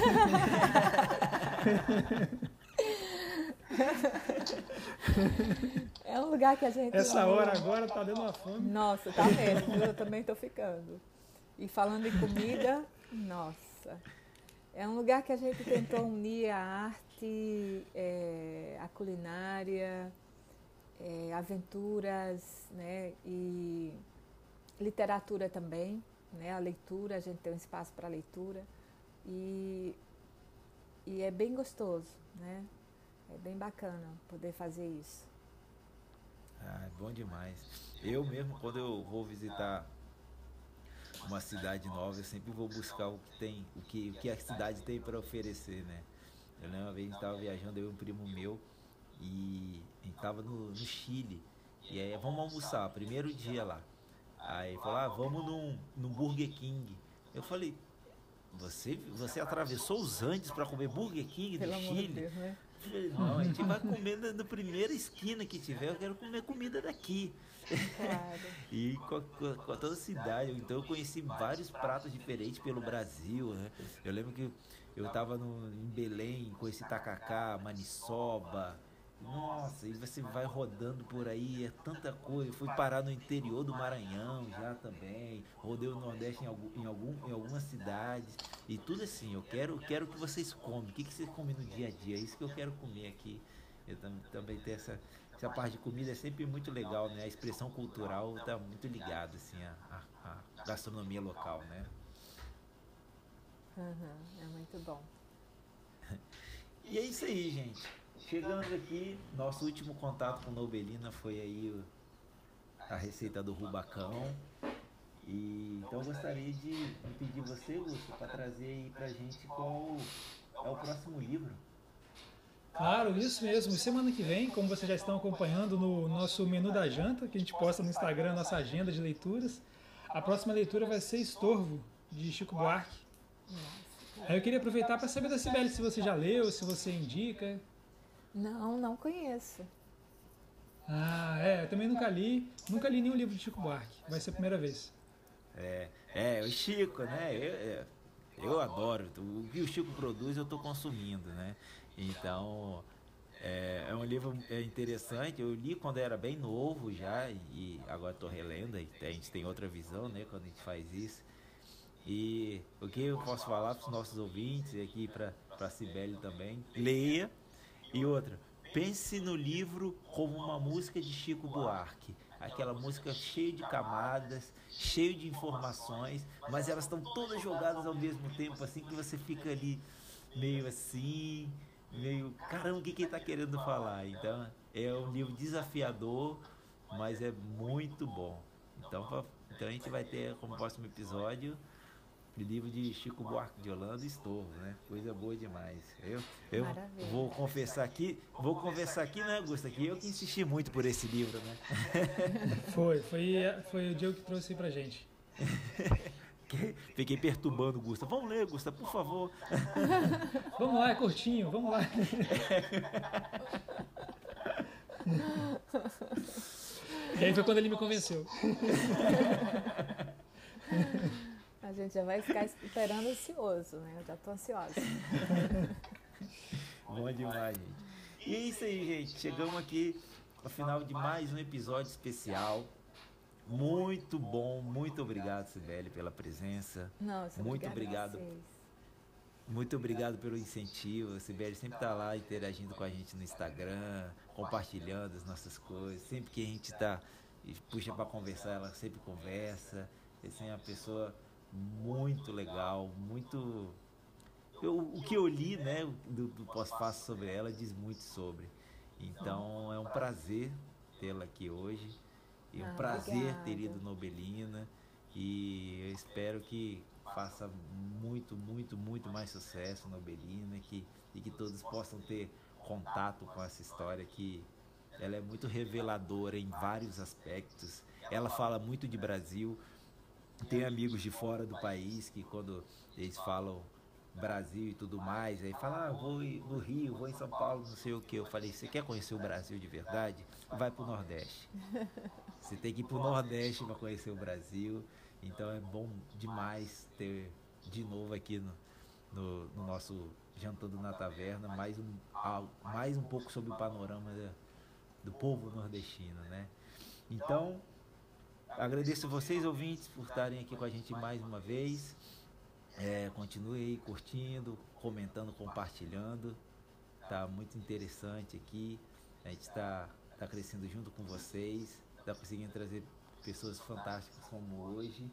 Speaker 2: É um lugar que a gente...
Speaker 1: Essa hora agora tá dando uma fome.
Speaker 2: Nossa, tá mesmo, eu também tô ficando. E falando em comida, nossa. É um lugar que a gente tentou unir a arte, é, a culinária, é, aventuras, né? E literatura também, né? A leitura, a gente tem um espaço para leitura e, e é bem gostoso, né? É bem bacana poder fazer isso.
Speaker 3: Ah, é bom demais. Eu mesmo, quando eu vou visitar uma cidade nova, eu sempre vou buscar o que tem, o que, o que a cidade tem para oferecer, né? Eu lembro uma vez a gente estava viajando, eu e um primo meu, e a gente estava no, no Chile, e aí vamos almoçar, primeiro dia lá. Aí falou, ah, vamos num, num Burger King. Eu falei, você, você atravessou os Andes para comer Burger King do
Speaker 2: Pelo amor de
Speaker 3: Chile?
Speaker 2: Deus, né?
Speaker 3: Eu falei, não, a gente vai comer na, na primeira esquina que tiver, eu quero comer comida daqui.
Speaker 2: Claro.
Speaker 3: E com, a- com a- com a toda a cidade, então eu conheci vários pratos diferentes pelo Brasil, né? Eu lembro que eu estava em Belém, conheci tacacá, maniçoba. Nossa, e você vai rodando por aí, é tanta coisa. Eu fui parar no interior do Maranhão já também. Rodei o Nordeste em, algum, em, algum, em algumas cidades. E tudo assim, eu quero, quero que vocês comem. O que, que vocês comem no dia a dia? É isso que eu quero comer aqui. Eu tam, também tenho essa, essa parte de comida, é sempre muito legal, né? A expressão cultural está muito ligada assim, à, à, à gastronomia local, né?
Speaker 2: Uhum, é muito bom.
Speaker 3: E é isso aí, gente. Chegando aqui, nosso último contato com Nobelina foi aí o- a receita do rubacão. E então eu gostaria de, de pedir você, Lúcio, para trazer aí pra gente qual é o próximo livro.
Speaker 1: Claro, isso mesmo. Semana que vem, como vocês já estão acompanhando no nosso menu da janta, que a gente posta no Instagram, nossa agenda de leituras, a próxima leitura vai ser Estorvo, de Chico Buarque. Aí eu queria aproveitar para saber da Cibele se você já leu, se você indica.
Speaker 2: Não, não conheço.
Speaker 1: Ah, é, eu também nunca li, nunca li nenhum livro de Chico Buarque. Vai ser a primeira vez.
Speaker 3: É, é, o Chico, né? Eu, é, eu adoro. O que o Chico produz eu estou consumindo, né? Então, é, é um livro é interessante. Eu li quando era bem novo já e agora estou relendo. E a gente tem outra visão, né? Quando a gente faz isso. E o que eu posso falar para os nossos ouvintes e aqui para a Cibele também, leia. E outra, pense no livro como uma música de Chico Buarque. Aquela música cheia de camadas, cheia de informações, mas elas estão todas jogadas ao mesmo tempo, assim que você fica ali meio assim, meio, caramba, o que que ele está querendo falar? Então, é um livro desafiador, mas é muito bom. Então, pra- então a gente vai ter como próximo episódio o livro de Chico Buarque de Holanda, Estorvo, né? Coisa boa demais. Eu, eu
Speaker 2: Maravilha.
Speaker 3: vou confessar aqui, vou confessar aqui, né, Augusto? Aqui eu que insisti muito por esse livro, né?
Speaker 1: Foi, foi, foi o Diego que trouxe pra gente.
Speaker 3: Que- Fiquei perturbando o Gusta. Vamos ler, Gusta, por favor.
Speaker 1: Vamos lá, é curtinho, vamos lá. E aí foi quando ele me convenceu.
Speaker 2: A gente já vai ficar esperando ansioso, né? Eu já tô ansiosa.
Speaker 3: Bom demais, gente. E é isso aí, gente. Chegamos aqui ao final de mais um episódio especial. Muito bom, muito obrigado, Cibele, pela presença.
Speaker 2: Nossa,
Speaker 3: Muito
Speaker 2: obrigada a
Speaker 3: obrigado.
Speaker 2: vocês.
Speaker 3: Muito obrigado pelo incentivo. A Cibele sempre está lá interagindo com a gente no Instagram, compartilhando as nossas coisas. Sempre que a gente tá, puxa para conversar, ela sempre conversa. Assim, é uma pessoa muito legal, muito. Eu, o que eu li, né, do, do pós-fácil sobre ela diz muito sobre. Então é um prazer tê-la aqui hoje. E um
Speaker 2: Ah,
Speaker 3: prazer
Speaker 2: obrigada.
Speaker 3: ter ido Nobelina. E eu espero que faça muito, muito, muito mais sucesso Nobelina, que, e que todos possam ter contato com essa história que ela é muito reveladora em vários aspectos. Ela fala muito de Brasil. Tem amigos de fora do país que quando eles falam Brasil e tudo mais, aí fala, ah, vou no Rio, vou em São Paulo, não sei o que. Eu falei, você quer conhecer o Brasil de verdade? Vai pro Nordeste. Você tem que ir pro Nordeste para conhecer o Brasil. Então é bom demais ter de novo aqui no, no, no nosso Jantando na Taverna mais um, al- mais um pouco sobre o panorama da- do povo nordestino, né? Então, agradeço vocês, ouvintes, por estarem aqui com a gente mais uma vez. É, continue aí curtindo, comentando, compartilhando. Tá muito interessante aqui. A gente está tá crescendo junto com vocês, tá conseguindo trazer pessoas fantásticas como hoje.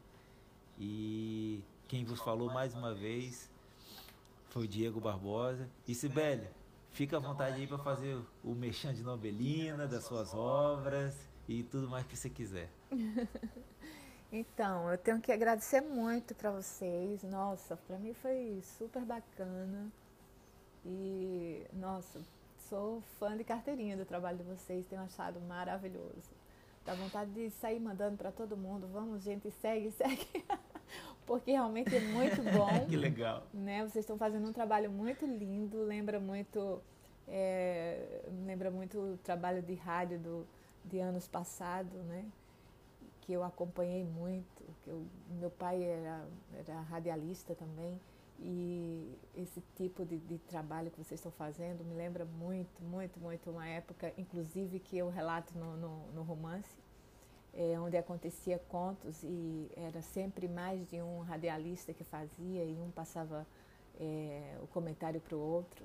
Speaker 3: E quem vos falou mais uma vez foi o Diego Barbosa. E Cibele, fica à vontade aí para fazer o merchan de Nobelina, das suas obras e tudo mais que você quiser.
Speaker 2: Então, eu tenho que agradecer muito para vocês. Nossa, para mim foi super bacana. E, nossa, sou fã de carteirinha do trabalho de vocês, tenho achado maravilhoso. Dá vontade de sair mandando para todo mundo. Vamos, gente, segue, segue. Porque realmente é muito bom.
Speaker 3: Que legal.
Speaker 2: Né? Vocês estão fazendo um trabalho muito lindo, lembra muito, é, lembra muito o trabalho de rádio do, de anos passados, né? Que eu acompanhei muito, que eu, meu pai era, era radialista também, e esse tipo de, de trabalho que vocês estão fazendo me lembra muito, muito, muito uma época, inclusive que eu relato no, no, no romance, é, onde acontecia contos e era sempre mais de um radialista que fazia e um passava é, o comentário para o outro,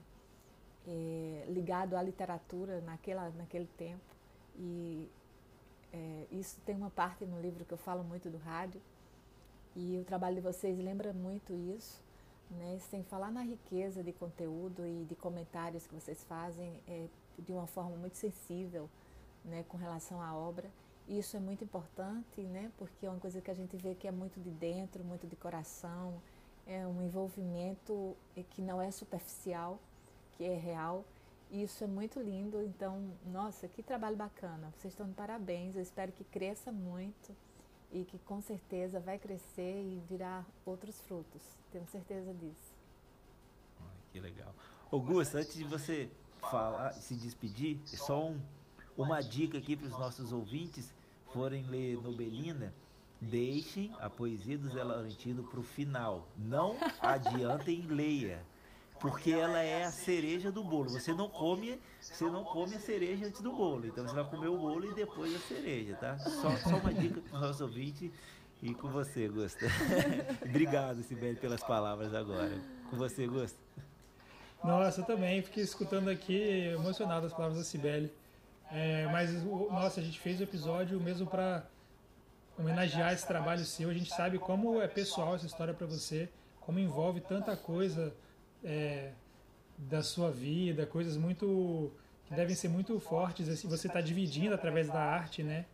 Speaker 2: é, ligado à literatura naquela, naquele tempo. E É, isso tem uma parte no livro que eu falo muito do rádio e o trabalho de vocês lembra muito isso, né? Sem falar na riqueza de conteúdo e de comentários que vocês fazem é, de uma forma muito sensível, né, com relação à obra. E isso é muito importante, né, porque é uma coisa que a gente vê que é muito de dentro, muito de coração, é um envolvimento que não é superficial, que é real. Isso é muito lindo, então, nossa, que trabalho bacana. Vocês estão de parabéns, eu espero que cresça muito e que com certeza vai crescer e virar outros frutos. Tenho certeza disso.
Speaker 3: Ai, que legal. Augusto, antes de você falar, se despedir, só um, uma dica aqui para os nossos ouvintes forem ler Nobelina. Deixem a poesia do Zé Laurentino para o final. Não adiantem, leia. Porque ela é a cereja do bolo. Você não come, você não come a cereja antes do bolo. Então você vai comer o bolo e depois a cereja, tá? Só, só uma dica para os nossos ouvintes e com você, Gusta. Obrigado, Cibele, pelas palavras agora. Com você, Gusta.
Speaker 1: Nossa, eu também fiquei escutando aqui, emocionado as palavras da Cibele. É, mas, nossa, a gente fez o episódio mesmo para homenagear esse trabalho seu. A gente sabe como é pessoal essa história para você, como envolve tanta coisa é, da sua vida, coisas muito que devem ser muito fortes, assim, você está dividindo através da arte, né?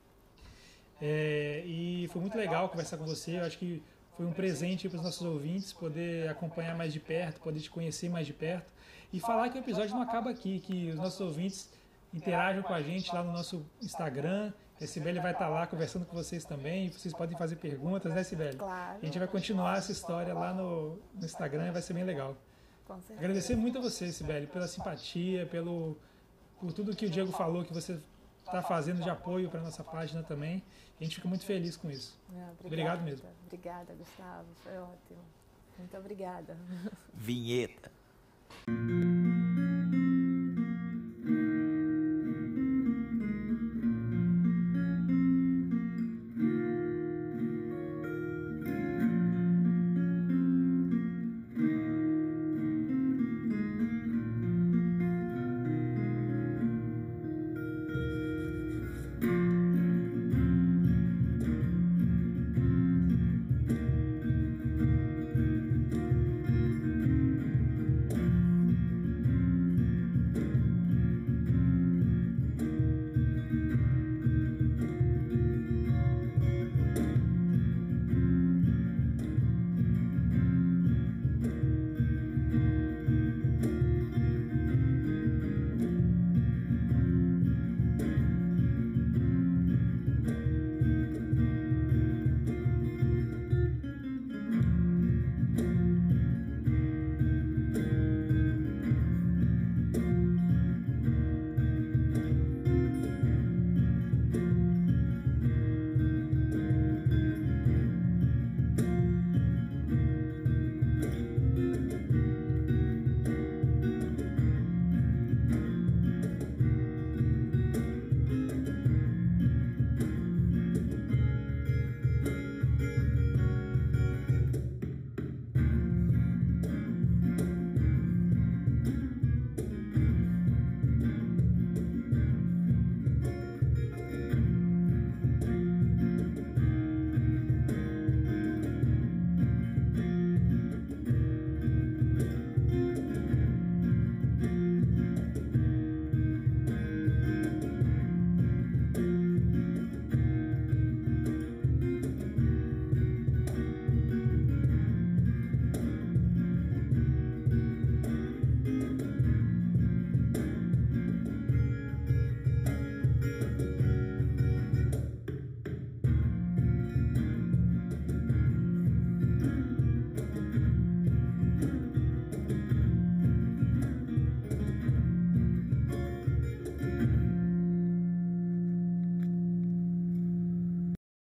Speaker 1: É, e foi muito legal conversar com você. Eu acho que foi um presente para os nossos ouvintes poder acompanhar mais de perto, poder te conhecer mais de perto e falar que o episódio não acaba aqui, que os nossos ouvintes interajam com a gente lá no nosso Instagram. A Cibele vai estar lá conversando com vocês também. Vocês podem fazer perguntas, né, Cibele?
Speaker 2: Claro.
Speaker 1: A gente vai continuar essa história lá no, no Instagram e vai ser bem legal.
Speaker 2: Com certeza.
Speaker 1: Agradecer muito a você, Cibele, pela simpatia, pelo, por tudo que o Diego falou, que você está fazendo de apoio para a nossa página também. A gente fica muito feliz com isso.
Speaker 2: Não, obrigada,
Speaker 1: Obrigado mesmo.
Speaker 2: Obrigada, Gustavo. Foi ótimo. Muito obrigada.
Speaker 3: Vinheta.